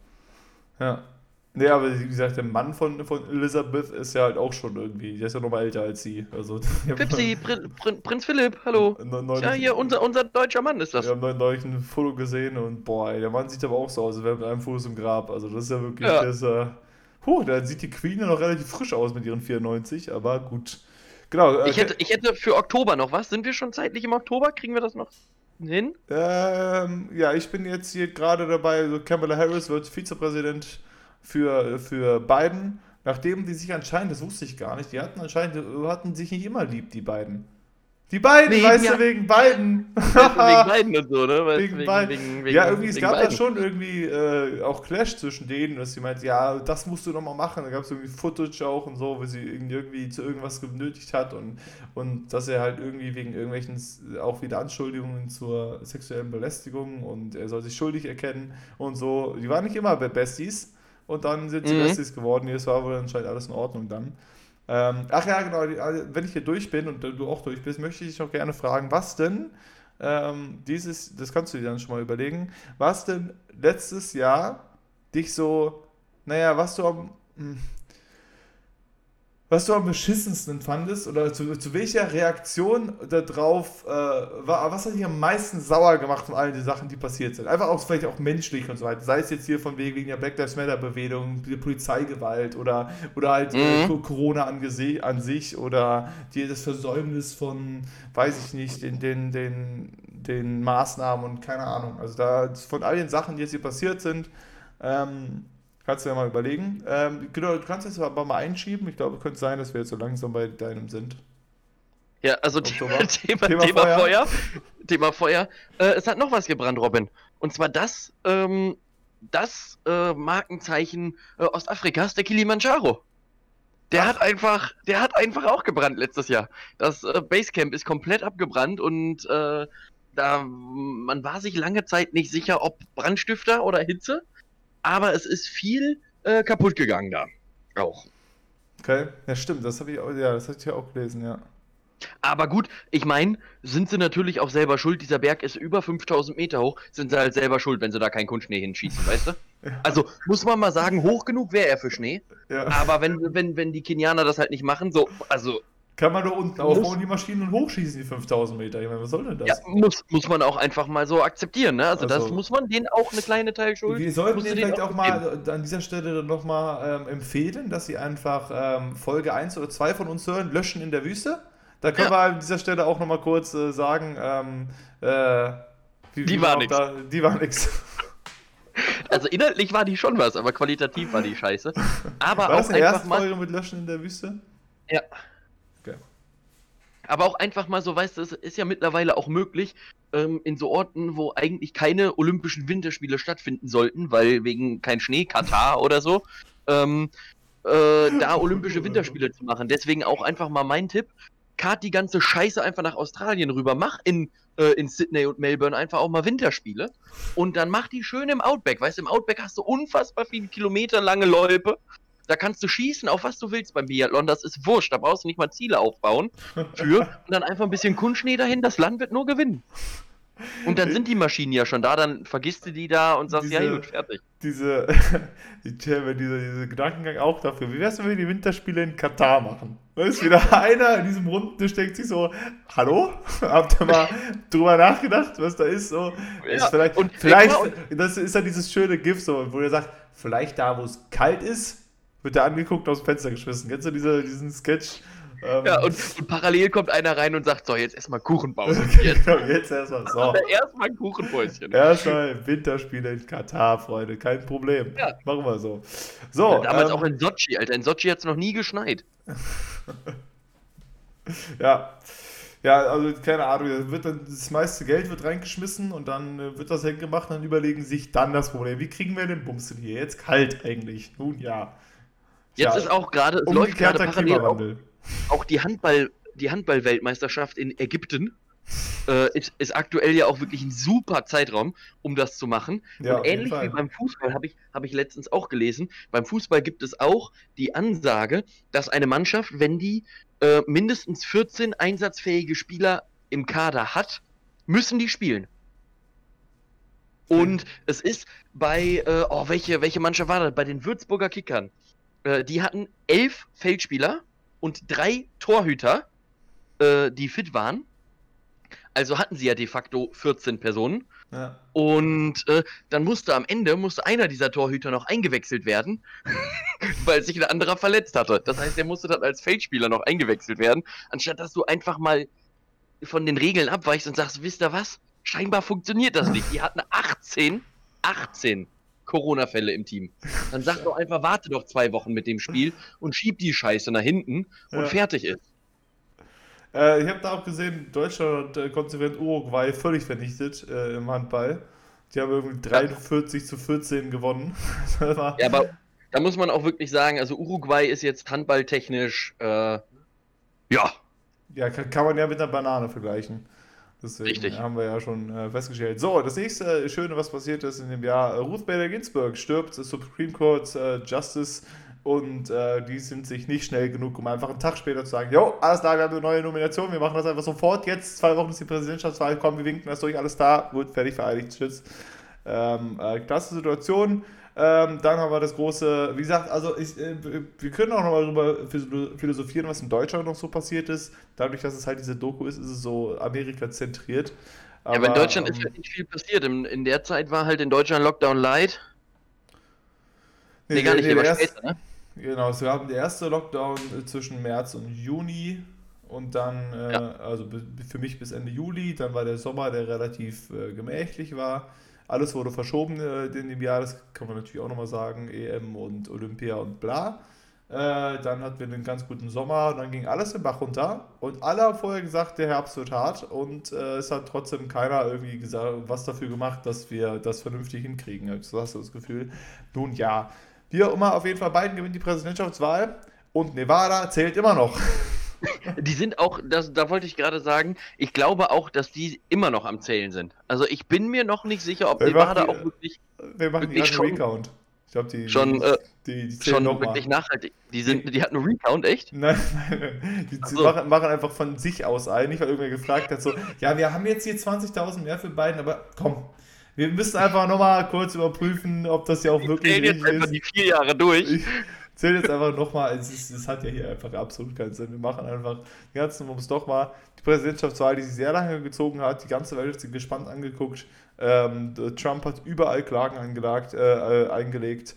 Ja. Nee, aber wie gesagt, der Mann von, von Elizabeth ist ja halt auch schon irgendwie, der ist ja nochmal älter als sie. Also, Pipsi, Prin, Prin, Prinz Philipp, hallo. Neulich, ja, hier, unser, unser deutscher Mann ist das. Wir haben neulich ein Foto gesehen und boah, ey, der Mann sieht aber auch so aus, als wäre mit einem Fuß im Grab. Also das ist ja wirklich, ja. das, äh, huh, da sieht die Queen ja noch relativ frisch aus mit ihren vierundneunzig, aber gut. Genau. Äh, ich, hätte, ich hätte für Oktober noch was. Sind wir schon zeitlich im Oktober? Kriegen wir das noch hin? Ähm, ja, ich bin jetzt hier gerade dabei, also Kamala Harris wird Vizepräsident für, für Biden, nachdem die sich anscheinend, das wusste ich gar nicht, die hatten anscheinend, hatten sich nicht immer lieb, die beiden. Die beiden, nee, weißt du, wegen beiden. wegen beiden und so, ne? Weißt wegen, wegen beiden. Wegen, wegen, ja, irgendwie, es gab beiden. da schon irgendwie äh, auch Clash zwischen denen, dass sie meint, ja, das musst du nochmal machen. Da gab es irgendwie Footage auch und so, wie sie irgendwie zu irgendwas genötigt hat und, und dass er halt irgendwie wegen irgendwelchen auch wieder Anschuldigungen zur sexuellen Belästigung und er soll sich schuldig erkennen und so. Die waren nicht immer Besties und dann sind sie mhm. Besties geworden. Es war wohl anscheinend alles in Ordnung dann. Ähm, ach ja, genau, wenn ich hier durch bin und du auch durch bist, möchte ich dich noch gerne fragen, was denn ähm, dieses, das kannst du dir dann schon mal überlegen, was denn letztes Jahr dich so, naja, was du am, was du am beschissensten fandest oder zu, zu welcher Reaktion darauf, äh, war, was hat dich am meisten sauer gemacht von all den Sachen, die passiert sind? Einfach auch vielleicht auch menschlich und so weiter. Sei es jetzt hier von wegen, wegen der Black Lives Matter Bewegung, die Polizeigewalt oder, oder halt mhm. äh, Corona an, an sich oder die, das Versäumnis von, weiß ich nicht, den, den, den den Maßnahmen und keine Ahnung. Also da von all den Sachen, die jetzt hier passiert sind, ähm, kannst du ja mal überlegen. Ähm, genau, du kannst jetzt aber mal einschieben. Ich glaube, es könnte sein, dass wir jetzt so langsam bei deinem sind. Ja, also Thema, Oktober. Thema, Thema Thema Feuer. Feuer. Thema Feuer. Äh, es hat noch was gebrannt, Robin. Und zwar das, ähm, das äh, Markenzeichen äh, Ostafrikas, der Kilimanjaro. Der Ach. hat einfach, der hat einfach auch gebrannt letztes Jahr. Das äh, Basecamp ist komplett abgebrannt und äh, da man war sich lange Zeit nicht sicher, ob Brandstifter oder Hitze, aber es ist viel äh, kaputt gegangen da. Auch. Okay, ja stimmt, das habe ich auch, ja, das hatte ich ja auch gelesen, ja. Aber gut, ich meine, sind sie natürlich auch selber schuld. Dieser Berg ist über fünftausend Meter hoch, sind sie halt selber schuld, wenn sie da keinen Kunstschnee hinschießen, weißt du? Ja. Also muss man mal sagen, hoch genug wäre er für Schnee. Ja. Aber wenn, wenn, wenn die Kenianer das halt nicht machen, so, also Kann man doch unten Muss- aufbauen, die Maschinen und hochschießen, die fünftausend Meter. Ich meine, was soll denn das? ja, muss, muss man auch einfach mal so akzeptieren, ne? Also, das Also- muss man denen auch eine kleine Teilschuld. Wir sollten musst du denen denen vielleicht auch geben. mal an dieser Stelle dann nochmal ähm, empfehlen, dass sie einfach ähm, Folge eins oder zwei von uns hören, Löschen in der Wüste. Da können Ja. wir an dieser Stelle auch nochmal kurz äh, sagen, ähm, äh, wie, Die wie war auch nix. Da, die war nix. Also inhaltlich war die schon was, aber qualitativ war die scheiße. Aber War auch das die einfach erste mal. Folge mit Löschen in der Wüste? Ja. Okay. Aber auch einfach mal so, weißt du, es ist ja mittlerweile auch möglich, ähm, in so Orten, wo eigentlich keine Olympischen Winterspiele stattfinden sollten, weil wegen kein Schnee, Katar oder so, ähm, äh, da Olympische Winterspiele zu machen. Deswegen auch einfach mal mein Tipp, kart die ganze Scheiße einfach nach Australien rüber, mach in, äh, in Sydney und Melbourne einfach auch mal Winterspiele und dann mach die schön im Outback. Weißt du, im Outback hast du unfassbar viele Kilometer lange Loipe. Da kannst du schießen, auf was du willst beim Biathlon, das ist wurscht, da brauchst du nicht mal Ziele aufbauen für und dann einfach ein bisschen Kunstschnee dahin, das Land wird nur gewinnen. Und dann sind die Maschinen ja schon da, dann vergisst du die da und sagst, Diese- ja gut, fertig. Diese, die, diese, diese Gedankengang auch dafür. Wie wär's, wenn wir die Winterspiele in Katar machen? Da ist wieder einer in diesem runden Tisch, denkt sich so, hallo? Habt ihr mal drüber nachgedacht, was da ist? So, ist Ja, vielleicht, und- vielleicht ja, und- das ist ja dieses schöne GIF, so, wo er sagt, vielleicht da, wo es kalt ist, wird er angeguckt, aus dem Fenster geschmissen. Kennst du diese, diesen Sketch? Ähm, Ja, und, und parallel kommt einer rein und sagt, so, jetzt erstmal Kuchen bauen. Jetzt genau, jetzt erstmal so. erstmal ein Kuchenpäuschen. Erstmal Winterspiele in Katar, Freunde, kein Problem. Ja. Machen wir so. So, Damals ähm, auch in Sochi, Alter. In Sochi hat es noch nie geschneit. Ja. Ja, also keine Ahnung, da wird dann, das meiste Geld wird reingeschmissen und dann äh, wird das hingemacht und dann überlegen sich dann das Problem. Wie kriegen wir den Bums denn hier? Jetzt kalt eigentlich. Nun ja. Jetzt ja, ist auch gerade, es läuft gerade umgekehrter parallel auch, Klimawandel. auch die Handball, die Handball-Weltmeisterschaft in Ägypten. Äh, ist, ist aktuell ja auch wirklich ein super Zeitraum, um das zu machen. Ja, auf und jeden ähnlich Fall. wie beim Fußball habe ich, hab ich letztens auch gelesen, beim Fußball gibt es auch die Ansage, dass eine Mannschaft, wenn die äh, mindestens vierzehn einsatzfähige Spieler im Kader hat, müssen die spielen. Und es ist bei, äh, oh, welche, welche Mannschaft war das? Bei den Würzburger Kickern. Äh, die hatten elf Feldspieler und drei Torhüter, äh, die fit waren. Also hatten sie ja de facto vierzehn Personen. Ja. Und äh, dann musste am Ende musste einer dieser Torhüter noch eingewechselt werden, weil sich ein anderer verletzt hatte. Das heißt, er musste dann als Feldspieler noch eingewechselt werden, anstatt dass du einfach mal von den Regeln abweichst und sagst, wisst ihr was? Scheinbar funktioniert das nicht. Die hatten achtzehn, achtzehn Corona-Fälle im Team. Dann sag doch einfach, warte doch zwei Wochen mit dem Spiel und schieb die Scheiße nach hinten und Ja. fertig ist. Äh, ich habe da auch gesehen, Deutschland äh, konsequent Uruguay völlig vernichtet äh, im Handball. Die haben irgendwie dreiundvierzig zu vierzehn gewonnen. Das war- Ja, aber da muss man auch wirklich sagen, also Uruguay ist jetzt handballtechnisch, äh, ja, Ja, kann, kann man ja mit einer Banane vergleichen. Deswegen Richtig. haben wir ja schon äh, festgestellt. So, das nächste Schöne, was passiert ist in dem Jahr, äh, Ruth Bader Ginsburg stirbt, das Supreme Court äh, Justice und äh, die sind sich nicht schnell genug, um einfach einen Tag später zu sagen, jo, alles klar, wir haben eine neue Nomination, wir machen das einfach sofort, jetzt, zwei Wochen ist die Präsidentschaftswahl, komm, wir winken das durch, alles da, gut, fertig, vereinigt, tschüss. Ähm, äh, klasse Situation. Ähm, dann haben wir das große, wie gesagt, also ich, äh, wir können auch nochmal darüber philosophieren, was in Deutschland noch so passiert ist. Dadurch, dass es halt diese Doku ist, ist es so Amerika zentriert. ja, aber in Deutschland ist ähm, halt nicht viel passiert. In, in der Zeit war halt in Deutschland Lockdown Light. Nee, gar nicht, der der war erste- später, ne? Genau, es gab der erste Lockdown äh, zwischen März und Juni und dann, äh, Ja. also bi- für mich bis Ende Juli, dann war der Sommer, der relativ äh, gemächlich war. Alles wurde verschoben äh, in dem Jahr, das kann man natürlich auch nochmal sagen, E M und Olympia und bla. Äh, dann hatten wir einen ganz guten Sommer, dann ging alles den Bach runter und alle haben vorher gesagt, der Herbst wird hart und äh, es hat trotzdem keiner irgendwie gesagt, was dafür gemacht, dass wir das vernünftig hinkriegen. Also hast du das Gefühl. Nun ja, wie auch immer, auf jeden Fall Biden gewinnt die Präsidentschaftswahl und Nevada zählt immer noch. Die sind auch, das, da wollte ich gerade sagen, ich glaube auch, dass die immer noch am Zählen sind. Also ich bin mir noch nicht sicher, ob Wir machen Nevada die, auch wirklich, wir machen die wirklich einen schon, Recount. Ich glaube, die, die, schon, äh, die, die zählen schon nochmal. wirklich nachhaltig. Die Die, sind, die hatten einen Recount, echt? nein, nein, die Ach z- so. machen, machen einfach von sich aus ein, nicht weil irgendwer gefragt hat, so, ja, wir haben jetzt hier zwanzigtausend mehr für Biden, aber komm, wir müssen einfach nochmal kurz überprüfen, ob das ja auch Die wirklich zählen jetzt richtig einfach ist. die vier Jahre durch. Ich zähle jetzt einfach nochmal, es, ist- es hat ja hier einfach absolut keinen Sinn. Wir machen einfach die ganzen, um es doch mal, die Präsidentschaftswahl, die sich sehr lange gezogen hat, die ganze Welt hat sie gespannt angeguckt. Ähm, Trump hat überall Klagen eingelagt, äh, äh, eingelegt.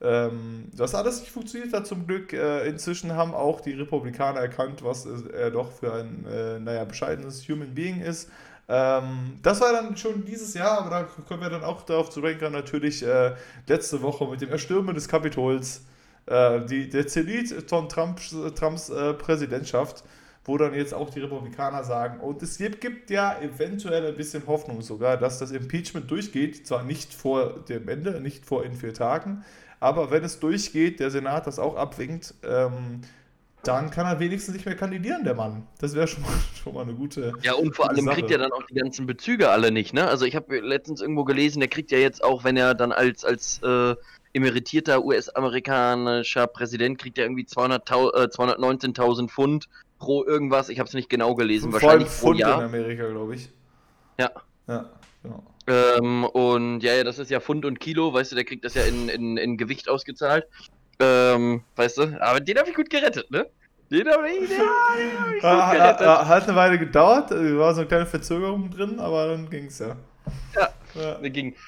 Ähm, das alles nicht funktioniert hat zum Glück. Äh, inzwischen haben auch die Republikaner erkannt, was er doch für ein, äh, naja, bescheidenes Human Being ist. Ähm, das war dann schon dieses Jahr, aber da können wir dann auch darauf zurückkommen, natürlich äh, letzte Woche mit dem Erstürmen des Kapitols, äh, die, der Zenit von Trumps, Trumps äh, Präsidentschaft, wo dann jetzt auch die Republikaner sagen, und es gibt, gibt ja eventuell ein bisschen Hoffnung sogar, dass das Impeachment durchgeht, zwar nicht vor dem Ende, nicht vor in vier Tagen, aber wenn es durchgeht, der Senat das auch abwinkt, ähm, dann kann er wenigstens nicht mehr kandidieren, der Mann. Das wäre schon mal, schon mal eine gute, Ja, und vor gute allem kriegt er Sache. dann auch die ganzen Bezüge alle nicht, ne? Also ich habe letztens irgendwo gelesen, der kriegt ja jetzt auch, wenn er dann als, als äh, emeritierter U S-amerikanischer Präsident kriegt er irgendwie zweihunderttausend, äh, zweihundertneunzehntausend Pfund pro irgendwas. Ich habe es nicht genau gelesen, Vor allem wahrscheinlich pro Pfund in Jahr. Amerika, glaube ich. Ja. Ja, genau. Ähm, und ja, ja, das ist ja Pfund und Kilo, weißt du, der kriegt das ja in, in, in Gewicht ausgezahlt. Ähm, weißt du, aber den habe ich gut gerettet, ne? Den habe ich, den hab ich gut Ah, ah, gerettet. ah, hat eine Weile gedauert, äh, war so eine kleine Verzögerung drin, aber dann ging es ja. Ja, Ja, der ging.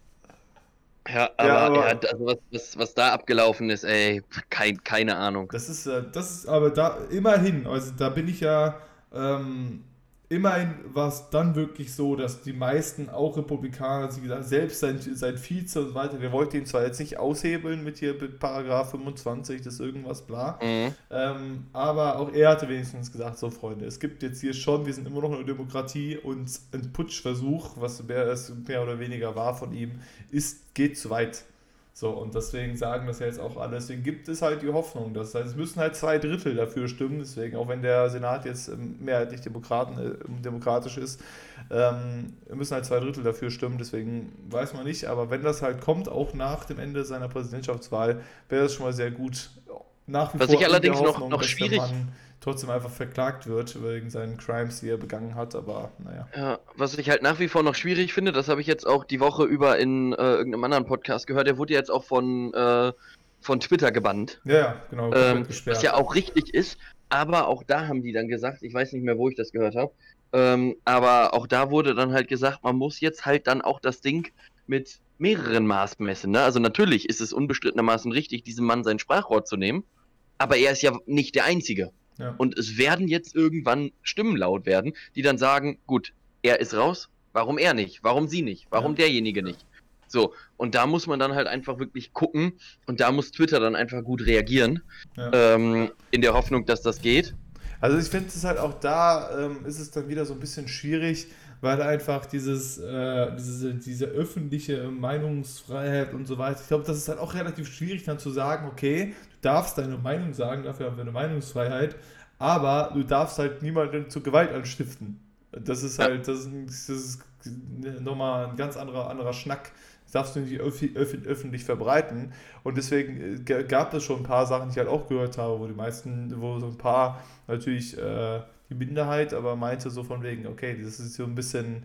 Ja, ja, aber ja, aber also was, was, was da abgelaufen ist, ey, kein, keine Ahnung. das ist, äh, das ist aber da immerhin, also da bin ich ja, ähm, immerhin war es dann wirklich so, dass die meisten, auch Republikaner, sie gesagt, selbst sein, sein Vize und so weiter, der wollte ihn zwar jetzt nicht aushebeln mit hier mit Paragraph fünfundzwanzig, das irgendwas, bla, Mhm. ähm, aber auch er hatte wenigstens gesagt, so Freunde, es gibt jetzt hier schon, wir sind immer noch eine Demokratie und ein Putschversuch, was mehr, es mehr oder weniger war von ihm, ist, geht zu weit. So, und deswegen sagen das ja jetzt auch alle. Deswegen gibt es halt die Hoffnung. Das heißt, es müssen halt zwei Drittel dafür stimmen. Deswegen, auch wenn der Senat jetzt ähm, mehrheitlich Demokraten, äh, demokratisch ist, ähm, müssen halt zwei Drittel dafür stimmen. Deswegen weiß man nicht. Aber wenn das halt kommt, auch nach dem Ende seiner Präsidentschaftswahl, wäre das schon mal sehr gut. Nach wie Was vor ich in der allerdings noch, Hoffnung, noch dass der schwierig, Mann trotzdem einfach verklagt wird wegen seinen Crimes, die er begangen hat. Aber naja. ja, was ich halt nach wie vor noch schwierig finde, das habe ich jetzt auch die Woche über in äh, irgendeinem anderen Podcast gehört, der wurde jetzt auch von, äh, von Twitter gebannt, Ja, ja, genau, komplett ähm, was ja gesperrt. auch richtig ist, aber auch da haben die dann gesagt, ich weiß nicht mehr, wo ich das gehört habe, ähm, aber auch da wurde dann halt gesagt, man muss jetzt halt dann auch das Ding mit mehreren Maßen messen, ne? Also natürlich ist es unbestrittenermaßen richtig, diesem Mann sein Sprachrohr zu nehmen, aber er ist ja nicht der Einzige. Ja. Und es werden jetzt irgendwann Stimmen laut werden, die dann sagen, gut, er ist raus, warum er nicht? Warum sie nicht? Warum Ja. derjenige nicht? So, und da muss man dann halt einfach wirklich gucken und da muss Twitter dann einfach gut reagieren, Ja. ähm, in der Hoffnung, dass das geht. Also ich finde es halt auch da, ähm, ist es dann wieder so ein bisschen schwierig, weil einfach dieses, äh, diese, diese öffentliche Meinungsfreiheit und so weiter, ich glaube, das ist halt auch relativ schwierig dann zu sagen, okay, du darfst deine Meinung sagen, dafür haben wir eine Meinungsfreiheit, aber du darfst halt niemanden zu Gewalt anstiften. Das ist Ja. halt, das ist, das ist nochmal ein ganz anderer, anderer Schnack. Das darfst du nicht öff- öff- öffentlich verbreiten. Und deswegen äh, g- gab es schon ein paar Sachen, die ich halt auch gehört habe, wo die meisten, wo so ein paar natürlich äh, die Minderheit, aber meinte so von wegen, okay, das ist so ein bisschen,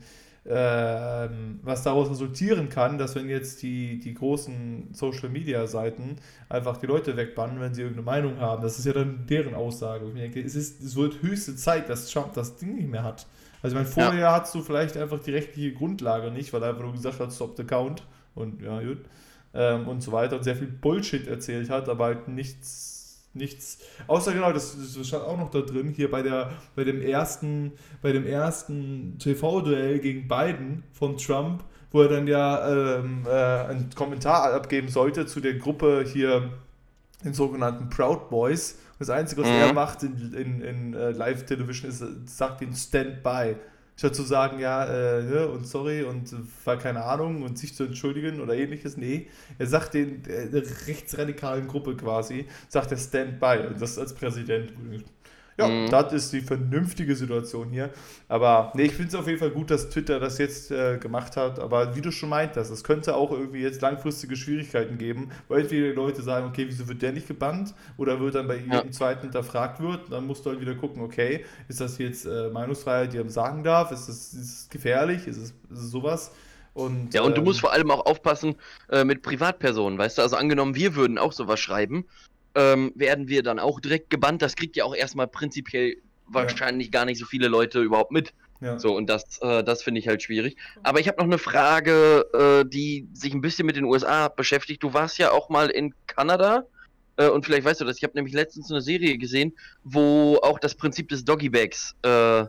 ähm, was daraus resultieren kann, dass wenn jetzt die, die großen Social Media Seiten einfach die Leute wegbannen, wenn sie irgendeine Meinung haben, das ist ja dann deren Aussage. Und ich denke, es, ist, es wird höchste Zeit, dass Trump das Ding nicht mehr hat. Also ich meine, vorher Ja. hattest du vielleicht einfach die rechtliche Grundlage nicht, weil er einfach nur gesagt hat, stop the count und ja, gut, ähm, und so weiter und sehr viel Bullshit erzählt hat, aber halt nichts, nichts. Außer genau, das, das stand auch noch da drin, hier bei der, bei dem ersten, bei dem ersten T V-Duell gegen Biden von Trump, wo er dann ja ähm, äh, einen Kommentar abgeben sollte zu der Gruppe hier, den sogenannten Proud Boys. Das Einzige, was mhm. er macht in, in, in uh, Live-Television, ist, sagt ihn Stand by. Statt zu sagen, ja, äh, ne, und sorry und war keine Ahnung und sich zu entschuldigen oder ähnliches. Nee, er sagt den äh, der rechtsradikalen Gruppe quasi, sagt er Stand by. Und das als Präsident. Ja, mhm. das ist die vernünftige Situation hier. Aber nee, ich finde es auf jeden Fall gut, dass Twitter das jetzt äh, gemacht hat. Aber wie du schon meintest, es könnte auch irgendwie jetzt langfristige Schwierigkeiten geben, weil entweder die Leute sagen, okay, wieso wird der nicht gebannt? Oder wird dann bei jedem ja. zweiten hinterfragt wird. Dann musst du halt wieder gucken, okay, ist das jetzt äh, Meinungsfreiheit, die er sagen darf? Ist es ist es gefährlich? Ist es, ist es sowas? Und, ja, und du ähm, musst vor allem auch aufpassen äh, mit Privatpersonen, weißt du? Also angenommen, wir würden auch sowas schreiben, Ähm, werden wir dann auch direkt gebannt. Das kriegt ja auch erstmal prinzipiell wahrscheinlich ja. gar nicht so viele Leute überhaupt mit. Ja. So, und das, äh, das finde ich halt schwierig. Aber ich habe noch eine Frage, äh, die sich ein bisschen mit den U S A beschäftigt. Du warst ja auch mal in Kanada äh, und vielleicht weißt du das. Ich habe nämlich letztens eine Serie gesehen, wo auch das Prinzip des Doggy-Bags äh,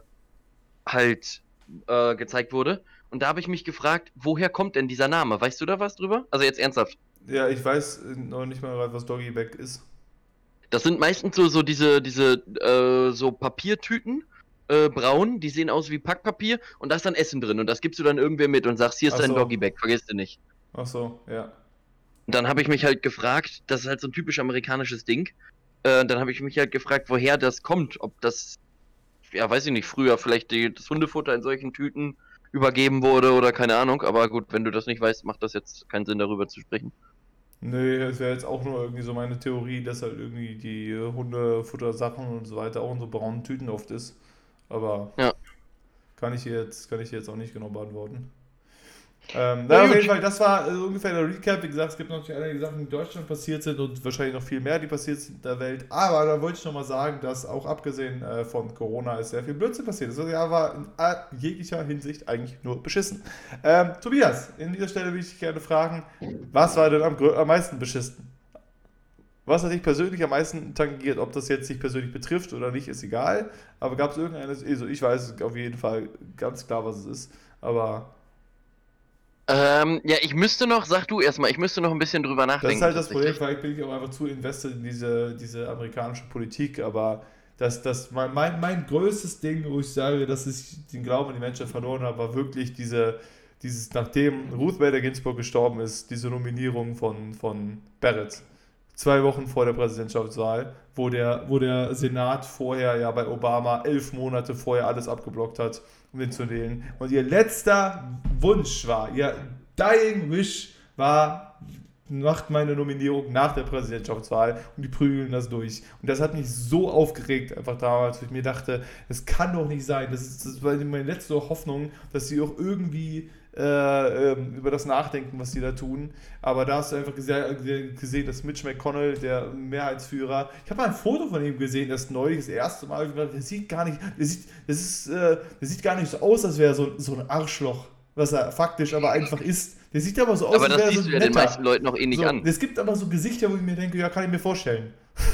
halt äh, gezeigt wurde. Und da habe ich mich gefragt, woher kommt denn dieser Name? Weißt du da was drüber? Also jetzt ernsthaft. Ja, ich weiß noch nicht mal, was Doggy-Bag ist. Das sind meistens so, so diese, diese äh, so Papiertüten, äh, braun, die sehen aus wie Packpapier und da ist dann Essen drin und das gibst du dann irgendwer mit und sagst, hier ist Ach dein so. Doggy-Bag, vergiss du nicht. Ach so, ja. Und dann habe ich mich halt gefragt, das ist halt so ein typisch amerikanisches Ding, äh, dann habe ich mich halt gefragt, woher das kommt, ob das, ja weiß ich nicht, früher vielleicht die, das Hundefutter in solchen Tüten übergeben wurde oder keine Ahnung, aber gut, wenn du das nicht weißt, macht das jetzt keinen Sinn, darüber zu sprechen. Nee, es wäre jetzt auch nur irgendwie so meine Theorie, dass halt irgendwie die Hundefuttersachen und so weiter auch in so braunen Tüten oft ist. Aber ja. kann ich jetzt, kann ich jetzt auch nicht genau beantworten. Ähm, na, auf jeden Fall, das war äh, ungefähr der Recap. Wie gesagt, es gibt natürlich einige Sachen, die in Deutschland passiert sind und wahrscheinlich noch viel mehr, die passiert sind in der Welt. Aber da wollte ich nochmal sagen, dass auch abgesehen äh, von Corona ist sehr viel Blödsinn passiert. Das Jahr war in jeglicher Hinsicht eigentlich nur beschissen. Ähm, Tobias, in dieser Stelle würde ich dich gerne fragen, was war denn am, am meisten beschissen? Was hat dich persönlich am meisten tangiert? Ob das jetzt dich persönlich betrifft oder nicht, ist egal. Aber gab es irgendeine, also ich weiß auf jeden Fall ganz klar, was es ist. Aber... Ähm, ja, ich müsste noch, sag du erstmal, ich müsste noch ein bisschen drüber nachdenken. Das ist halt das Problem, vielleicht bin ich auch einfach zu invested in diese, diese amerikanische Politik, aber das, das, mein, mein, mein größtes Ding, wo ich sage, dass ich den Glauben an die Menschheit verloren habe, war wirklich diese, dieses, nachdem Ruth Bader Ginsburg gestorben ist, diese Nominierung von, von Barrett. Zwei Wochen vor der Präsidentschaftswahl, wo der, wo der Senat vorher ja bei Obama elf Monate vorher alles abgeblockt hat, um den zu wählen. Und ihr letzter Wunsch war, ihr Dying Wish war, macht meine Nominierung nach der Präsidentschaftswahl und die prügeln das durch. Und das hat mich so aufgeregt, einfach damals, wo ich mir dachte, das kann doch nicht sein. Das, ist, das war meine letzte Hoffnung, dass sie auch irgendwie äh, über das nachdenken, was die da tun. Aber da hast du einfach gesehen, dass Mitch McConnell, der Mehrheitsführer, ich habe mal ein Foto von ihm gesehen, das neulich das erste Mal, der sieht gar nicht, der sieht, das ist, äh, der sieht gar nicht so aus, als wäre er so, so ein Arschloch, was er faktisch aber einfach ist. Der sieht aber so aus, aber als wäre er so ein netter. Aber das siehst du ja den meisten Leuten auch eh nicht so, an. Es gibt aber so Gesichter, wo ich mir denke, ja, kann ich mir vorstellen.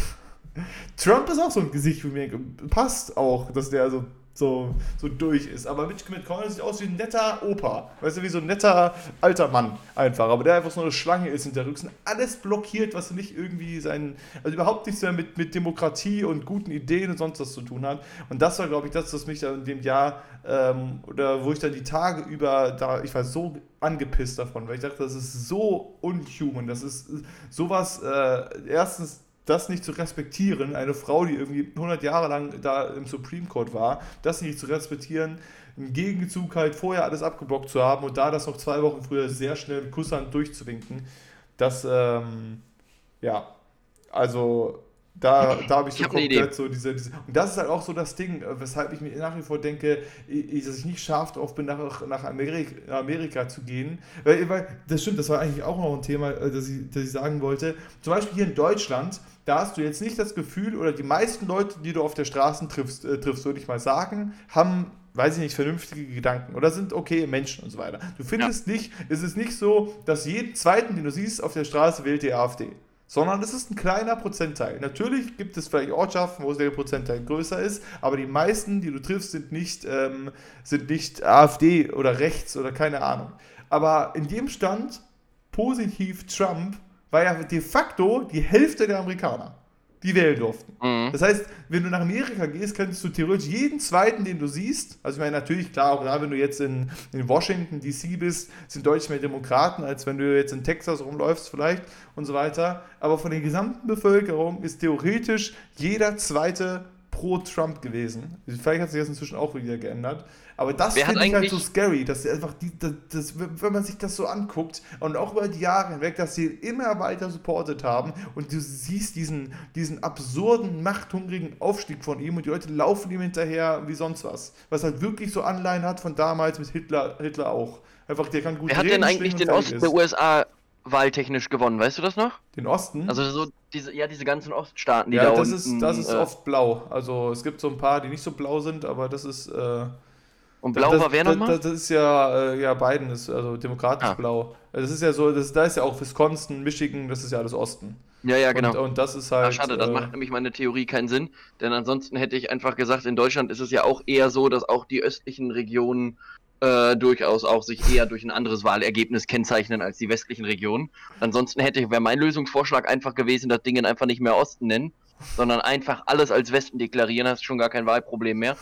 Trump ist auch so ein Gesicht, wo ich mir denke, passt auch, dass der so So, so durch ist. Aber Mitch McConnell sieht aus wie ein netter Opa. Weißt du, wie so ein netter alter Mann einfach. Aber der einfach so eine Schlange ist hinterrücks und alles blockiert, was nicht irgendwie sein, also überhaupt nichts mehr mit, mit Demokratie und guten Ideen und sonst was zu tun hat. Und das war, glaube ich, das, was mich dann in dem Jahr, ähm, oder wo ich dann die Tage über, da, ich war so angepisst davon, weil ich dachte, das ist so unhuman. Das ist sowas, äh, erstens, das nicht zu respektieren, eine Frau, die irgendwie hundert Jahre lang da im Supreme Court war, das nicht zu respektieren, im Gegenzug halt vorher alles abgeblockt zu haben und da das noch zwei Wochen früher sehr schnell mit Kusshand durchzuwinken, das, ähm, ja, also da, da habe ich so ich hab komplett so diese, diese, und das ist halt auch so das Ding, weshalb ich mir nach wie vor denke, ich, dass ich nicht scharf drauf bin, nach, nach Amerika, Amerika zu gehen, weil, weil, das stimmt, das war eigentlich auch noch ein Thema, das ich, das ich sagen wollte, zum Beispiel hier in Deutschland, da hast du jetzt nicht das Gefühl, oder die meisten Leute, die du auf der Straße triffst, äh, triffst würde ich mal sagen, haben, weiß ich nicht, vernünftige Gedanken oder sind okay Menschen und so weiter. Du findest ja. nicht, es ist nicht so, dass jeden Zweiten, den du siehst auf der Straße, wählt die AfD. sondern es ist ein kleiner Prozentteil. Natürlich gibt es vielleicht Ortschaften, wo der Prozentteil größer ist, aber die meisten, die du triffst, sind nicht, ähm, sind nicht AfD oder rechts oder keine Ahnung. Aber in dem stand positiv Trump, war ja de facto die Hälfte der Amerikaner, die wählen durften. Mhm. Das heißt, wenn du nach Amerika gehst, könntest du theoretisch jeden zweiten, den du siehst, also ich meine natürlich, klar, auch da, wenn du jetzt in, in Washington D C bist, sind deutlich mehr Demokraten, als wenn du jetzt in Texas rumläufst vielleicht und so weiter. Aber von der gesamten Bevölkerung ist theoretisch jeder zweite pro Trump gewesen. Vielleicht hat sich das inzwischen auch wieder geändert. Aber das Wer hat finde ich halt so eigentlich, scary, dass einfach die, das, das, wenn man sich das so anguckt und auch über die Jahre hinweg, dass sie immer weiter supportet haben und du siehst diesen, diesen absurden, machthungrigen Aufstieg von ihm und die Leute laufen ihm hinterher wie sonst was. Was halt wirklich so Anleihen hat von damals mit Hitler, Hitler auch. Einfach, der kann gut wer hat denn reden, eigentlich schwingen und den fertig Osten ist. der U S A wahltechnisch gewonnen? Weißt du das noch? Den Osten? Also so diese, ja, diese ganzen Oststaaten, die Ja, da das ist, das unten, ist äh, oft blau. Also es gibt so ein paar, die nicht so blau sind, aber das ist, äh, und Das, blau das, war wer das, nochmal? das ist ja, äh, ja, Biden ist, also demokratisch Ah, blau. Also das ist ja so, das, da ist ja auch Wisconsin, Michigan, das ist ja alles Osten. ja, ja, Und, genau. und das ist Ah, halt, schade, dann äh, macht nämlich meine Theorie keinen Sinn, denn ansonsten hätte ich einfach gesagt, in Deutschland ist es ja auch eher so, dass auch die östlichen Regionen äh, durchaus auch sich eher durch ein anderes Wahlergebnis kennzeichnen als die westlichen Regionen. Ansonsten hätte wäre mein Lösungsvorschlag einfach gewesen, das Ding einfach nicht mehr Osten nennen, sondern einfach alles als Westen deklarieren, hast schon gar kein Wahlproblem mehr.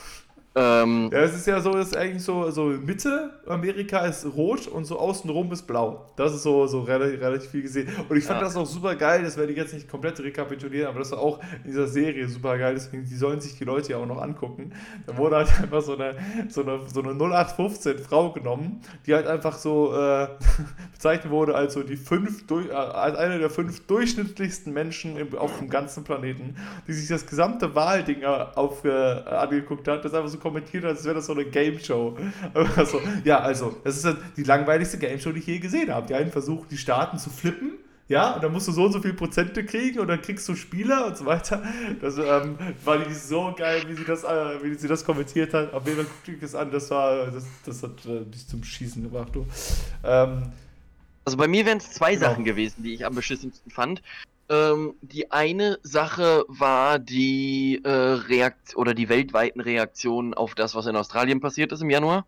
Ähm, ja, es ist ja so, dass eigentlich so, so Mitte Amerika ist rot und so außenrum ist blau. Das ist so, so relativ, relativ viel gesehen. Und ich fand ja. das auch super geil, das werde ich jetzt nicht komplett rekapitulieren, aber das war auch in dieser Serie super geil, deswegen die sollen sich die Leute ja auch noch angucken. Da wurde halt einfach so eine, so eine, so eine null acht fünfzehn Frau genommen, die halt einfach so äh, bezeichnet wurde als so die fünf, durch, äh, als eine der fünf durchschnittlichsten Menschen im, auf dem ganzen Planeten, die sich das gesamte Wahlding auf, äh, angeguckt hat, das einfach so kommentiert hat, als wäre das so eine Game Show. Also, ja, also, das ist halt die langweiligste Game Show, die ich je gesehen habe. Die einen versuchen, die Staaten zu flippen, ja, und dann musst du so und so viele Prozente kriegen und dann kriegst du Spieler und so weiter. Das ähm, war die so geil, wie sie das, äh, wie sie das kommentiert hat. Auf jeden Fall guckt euch das an, das war, das, das hat äh, mich zum Schießen gebracht, du. Ähm, Also bei mir wären es zwei genau. Sachen gewesen, die ich am beschissensten fand. Ähm, die eine Sache war die äh, Reakt oder die weltweiten Reaktionen auf das, was in Australien passiert ist im Januar.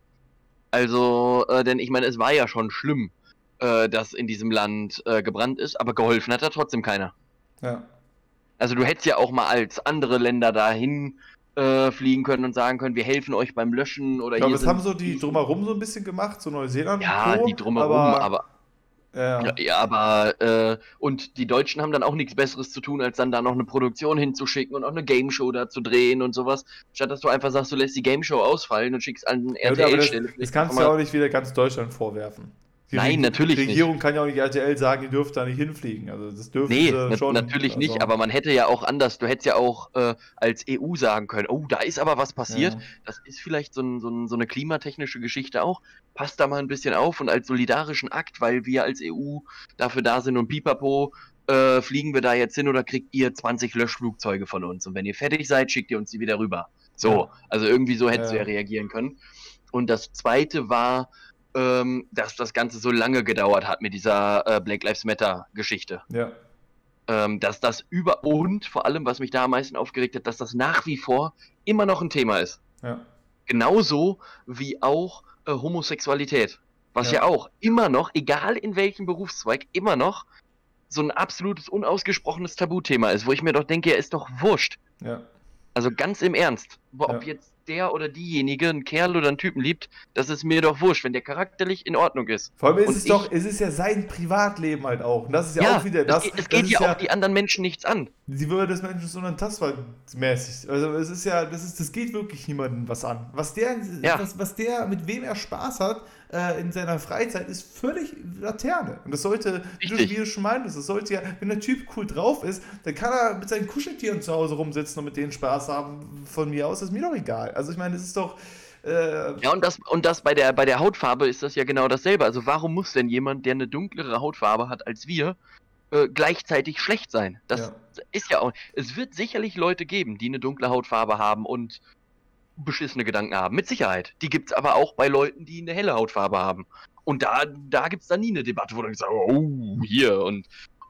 Also, äh, denn ich meine, es war ja schon schlimm, äh, dass in diesem Land äh, gebrannt ist, aber geholfen hat da trotzdem keiner. Ja. Also du hättest ja auch mal als andere Länder dahin äh, fliegen können und sagen können, wir helfen euch beim Löschen oder Ich glaube, hier das haben sind so die Hilfen. drumherum so ein bisschen gemacht, so Neuseeland und Ja, die Co. drumherum, Aber, aber ja, ja, ja, aber äh, und die Deutschen haben dann auch nichts Besseres zu tun, als dann da noch eine Produktion hinzuschicken und auch eine Game Show da zu drehen und sowas. Statt dass du einfach sagst, du lässt die Game Show ausfallen und schickst an ja, gut, aber das, R T L-Stelle das vielleicht kannst einfach du ja mal. auch nicht wieder ganz Deutschland vorwerfen. Die Nein, Reg natürlich nicht. Regierung kann ja auch nicht R T L sagen, ihr dürft da nicht hinfliegen. Also das dürfen Nee, sie na schon. natürlich nicht, Also, aber man hätte ja auch anders, du hättest ja auch äh, als E U sagen können, oh, da ist aber was passiert, ja. das ist vielleicht so, ein, so, ein, so eine klimatechnische Geschichte auch, passt da mal ein bisschen auf und als solidarischen Akt, weil wir als E U dafür da sind und pipapo, äh, fliegen wir da jetzt hin oder kriegt ihr zwanzig Löschflugzeuge von uns und wenn ihr fertig seid, schickt ihr uns die wieder rüber. So, Ja. also irgendwie so hättest Ja. du ja reagieren können. Und das zweite war, ähm, dass das Ganze so lange gedauert hat mit dieser äh, Black Lives Matter Geschichte. Ja. Ähm, dass das über und vor allem, was mich da am meisten aufgeregt hat, dass das nach wie vor immer noch ein Thema ist. Ja. Genauso wie auch äh, Homosexualität. Was ja. Ja. ja auch immer noch, egal in welchem Berufszweig, immer noch so ein absolutes, unausgesprochenes Tabuthema ist, wo ich mir doch denke, ja, ist doch wurscht. Ja. Also ganz im Ernst, ob Ja. jetzt der oder diejenige einen Kerl oder einen Typen liebt, das ist mir doch wurscht, wenn der charakterlich in Ordnung ist. Vor allem ist Und es ich- doch, es ist ja sein Privatleben halt auch. Und das ist ja, Ja, auch wieder es, das. geht- es das geht ist ja auch die anderen Menschen nichts an. Die Würde des Menschen ist unantastbar mäßig. Also es ist ja, das ist, das geht wirklich niemandem was an. Was der, Ja. was, was der, mit wem er Spaß hat äh, in seiner Freizeit, ist völlig Laterne. Und das sollte, wie du, Richtig. wie du schon meintest, das sollte ja, wenn der Typ cool drauf ist, dann kann er mit seinen Kuscheltieren zu Hause rumsitzen und mit denen Spaß haben. Von mir aus ist mir doch egal. Also ich meine, es ist doch. Äh, Ja, und das, und das bei der, bei der Hautfarbe ist das ja genau dasselbe. Also warum muss denn jemand, der eine dunklere Hautfarbe hat als wir, äh, gleichzeitig schlecht sein? Das Ja. ist ja auch. Es wird sicherlich Leute geben, die eine dunkle Hautfarbe haben und beschissene Gedanken haben. Mit Sicherheit. Die gibt's aber auch bei Leuten, die eine helle Hautfarbe haben. Und da, da gibt's dann nie eine Debatte, wo dann gesagt, oh, hier und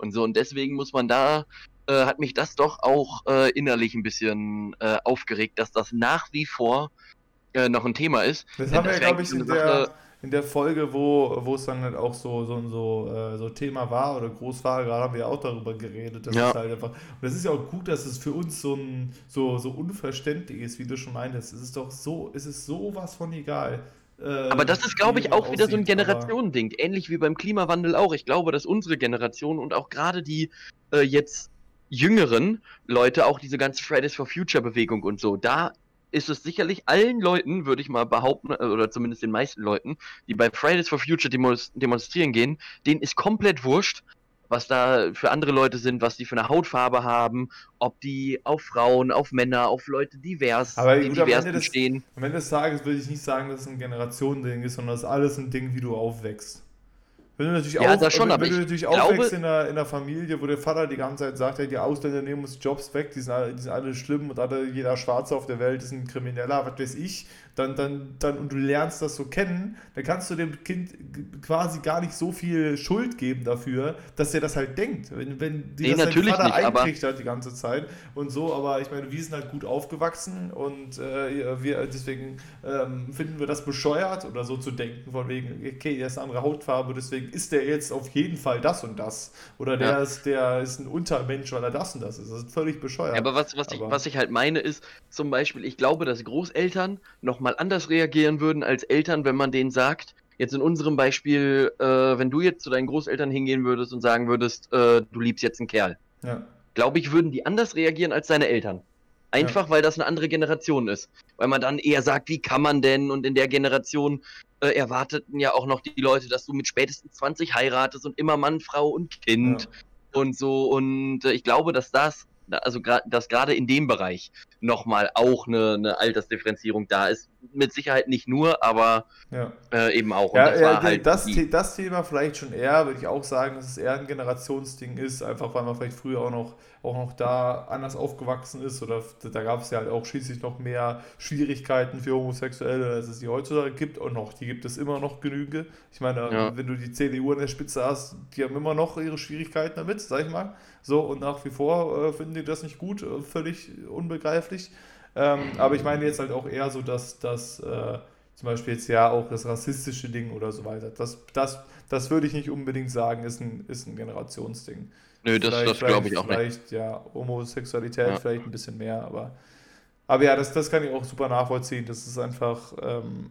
und so. Und deswegen muss man da, äh, hat mich das doch auch äh, innerlich ein bisschen äh, aufgeregt, dass das nach wie vor äh, noch ein Thema ist. Das Denn haben wir das ja, wäre glaube eigentlich ich, so in eine Sache, der, in der Folge, wo, wo es dann halt auch so, so, so, äh, so Thema war oder groß war, gerade haben wir ja auch darüber geredet. Das ist ja. halt einfach. Und das ist ja auch gut, dass es für uns so, ein, so, so unverständlich ist, wie du schon meintest. Es ist doch so, es ist sowas von egal, äh, Aber das ist, wie glaube ich, jemand auch wieder so ein aussieht. Aber Generationending, ähnlich wie beim Klimawandel auch. Ich glaube, dass unsere Generation und auch gerade die äh, jetzt jüngeren Leute, auch diese ganze Fridays for Future Bewegung und so, da ist es sicherlich allen Leuten, würde ich mal behaupten, äh, oder zumindest den meisten Leuten, die bei Fridays for Future demos demonstrieren gehen, denen ist komplett wurscht, was da für andere Leute sind, was die für eine Hautfarbe haben, ob die auf Frauen, auf Männer, auf Leute divers, Aber die gut, am divers Ende des, stehen. am Ende des Tages würde ich nicht sagen, dass es ein Generationending ist, sondern das ist alles ein Ding, wie du aufwächst. Wenn du natürlich, Ja, auf, das schon, wenn aber du ich natürlich glaube, aufwächst in einer, in einer Familie, wo der Vater die ganze Zeit sagt, hey, die Ausländer nehmen uns Jobs weg, die sind alle, die sind alle schlimm und alle, jeder Schwarze auf der Welt ist ein Krimineller, was weiß ich, dann, dann, dann, und du lernst das so kennen, dann kannst du dem Kind g- quasi gar nicht so viel Schuld geben dafür, dass er das halt denkt. Wenn, wenn dir nee, das dein natürlich Vater nicht, aber eintrichtert die ganze Zeit und so, aber ich meine, wir sind halt gut aufgewachsen und äh, wir, deswegen ähm, finden wir das bescheuert oder so zu denken, von wegen, okay, der ist eine andere Hautfarbe, deswegen ist der jetzt auf jeden Fall das und das. Oder der ja. ist, der ist ein Untermensch, weil er das und das ist. Das ist völlig Ja, bescheuert. aber was, was, ich, Aber was ich halt meine ist, zum Beispiel, ich glaube, dass Großeltern nochmal anders reagieren würden als Eltern, wenn man denen sagt, jetzt in unserem Beispiel, äh, wenn du jetzt zu deinen Großeltern hingehen würdest und sagen würdest, äh, du liebst jetzt einen Kerl, ja, glaube ich, würden die anders reagieren als deine Eltern. ja, Einfach, weil das eine andere Generation ist. Weil man dann eher sagt, wie kann man denn? Und in der Generation äh, erwarteten ja auch noch die Leute, dass du mit spätestens zwanzig heiratest und immer Mann, Frau und ja. Kind und so. Und äh, ich glaube, dass das, also gra dass gerade in dem Bereich nochmal auch eine, eine Altersdifferenzierung da ist. Mit Sicherheit nicht nur, aber Ja. äh, eben auch. Und Ja, das ja, war de- halt das, die, The- das Thema vielleicht schon eher, würde ich auch sagen, dass es eher ein Generationsding ist, einfach weil man vielleicht früher auch noch, auch noch da anders aufgewachsen ist oder f- da gab es ja halt auch schließlich noch mehr Schwierigkeiten für Homosexuelle, als es die heutzutage gibt und noch, die gibt es immer noch genüge. Ich meine, ja, wenn du die C D U an der Spitze hast, die haben immer noch ihre Schwierigkeiten damit, sag ich mal. So, und nach wie vor äh, finden die das nicht gut, äh, völlig unbegreiflich. Ähm, aber ich meine jetzt halt auch eher so, dass das äh, zum Beispiel jetzt ja auch das rassistische Ding oder so weiter. Das, das, das würde ich nicht unbedingt sagen, ist ein, ist ein Generationsding. nö, das, Vielleicht, das glaube vielleicht, ich auch nicht. vielleicht, ja, Homosexualität Ja. vielleicht ein bisschen mehr, aber, aber ja, das, das kann ich auch super nachvollziehen. Das ist einfach, ähm,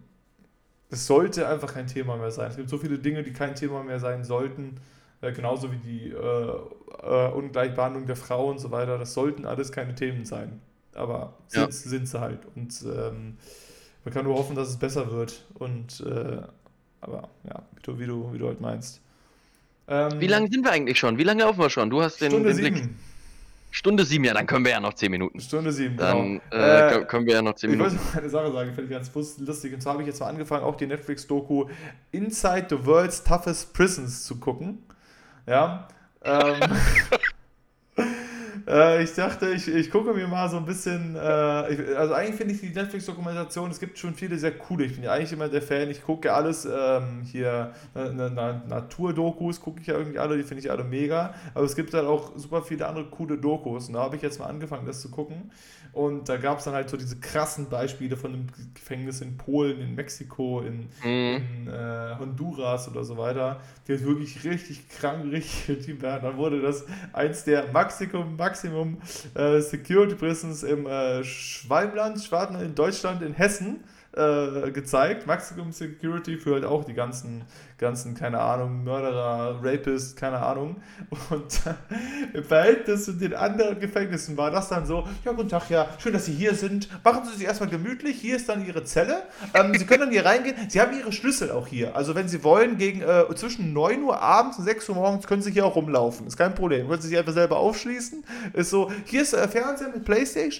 es sollte einfach kein Thema mehr sein. Es gibt so viele Dinge, die kein Thema mehr sein sollten, äh, genauso wie die äh, äh, Ungleichbehandlung der Frau und so weiter. Das sollten alles keine Themen sein. Aber Ja. sind, sind sie halt. Und ähm, man kann nur hoffen, dass es besser wird. Und äh, aber ja, wie du, wie du, wie du halt meinst. Wie Ähm, lange sind wir eigentlich schon? Wie lange laufen wir schon? Du hast den, Stunde den Blick. sieben. Stunde sieben, ja, dann können wir ja noch zehn Minuten. Stunde sieben, genau. Dann äh, Äh, kö- können wir ja noch zehn ich wollte Minuten. noch eine Sache sagen, finde ich ganz bus- lustig. Und zwar habe ich jetzt mal angefangen, auch die Netflix-Doku Inside the World's Toughest Prisons zu gucken. Ja. Ähm, äh, ich dachte, ich, ich gucke mir mal so ein bisschen. Äh, ich, also eigentlich finde ich die Netflix-Dokumentation, es gibt schon viele sehr coole. Ich bin ja eigentlich immer der Fan, ich gucke ja alles ähm, hier, na, na, na, Naturdokus gucke ich ja irgendwie alle, die finde ich alle mega. Aber es gibt halt auch super viele andere coole Dokus. Und da habe ich jetzt mal angefangen, das zu gucken. Und da gab es dann halt so diese krassen Beispiele von einem Gefängnis in Polen, in Mexiko, in, Mhm. in äh, Honduras oder so weiter, die halt wirklich richtig krank, richtig Team werden. Dann wurde das eins der Maximum, Maximum äh, Security Prisons im äh, Schwalmland, Schwaben, in Deutschland, in Hessen äh, gezeigt. Maximum Security für halt auch die ganzen, ganzen, keine Ahnung, Mörderer, Rapists, keine Ahnung. Und äh, im Verhältnis zu den anderen Gefängnissen war das dann so, ja, guten Tag, ja, schön, dass Sie hier sind. Machen Sie sich erstmal gemütlich. Hier ist dann Ihre Zelle. Ähm, Sie können dann hier reingehen. Sie haben Ihre Schlüssel auch hier. Also wenn Sie wollen, gegen äh, zwischen neun Uhr abends und sechs Uhr morgens können Sie hier auch rumlaufen. Ist kein Problem. Können Sie sich einfach selber aufschließen. Ist so, hier ist äh, Fernseher mit Playstation.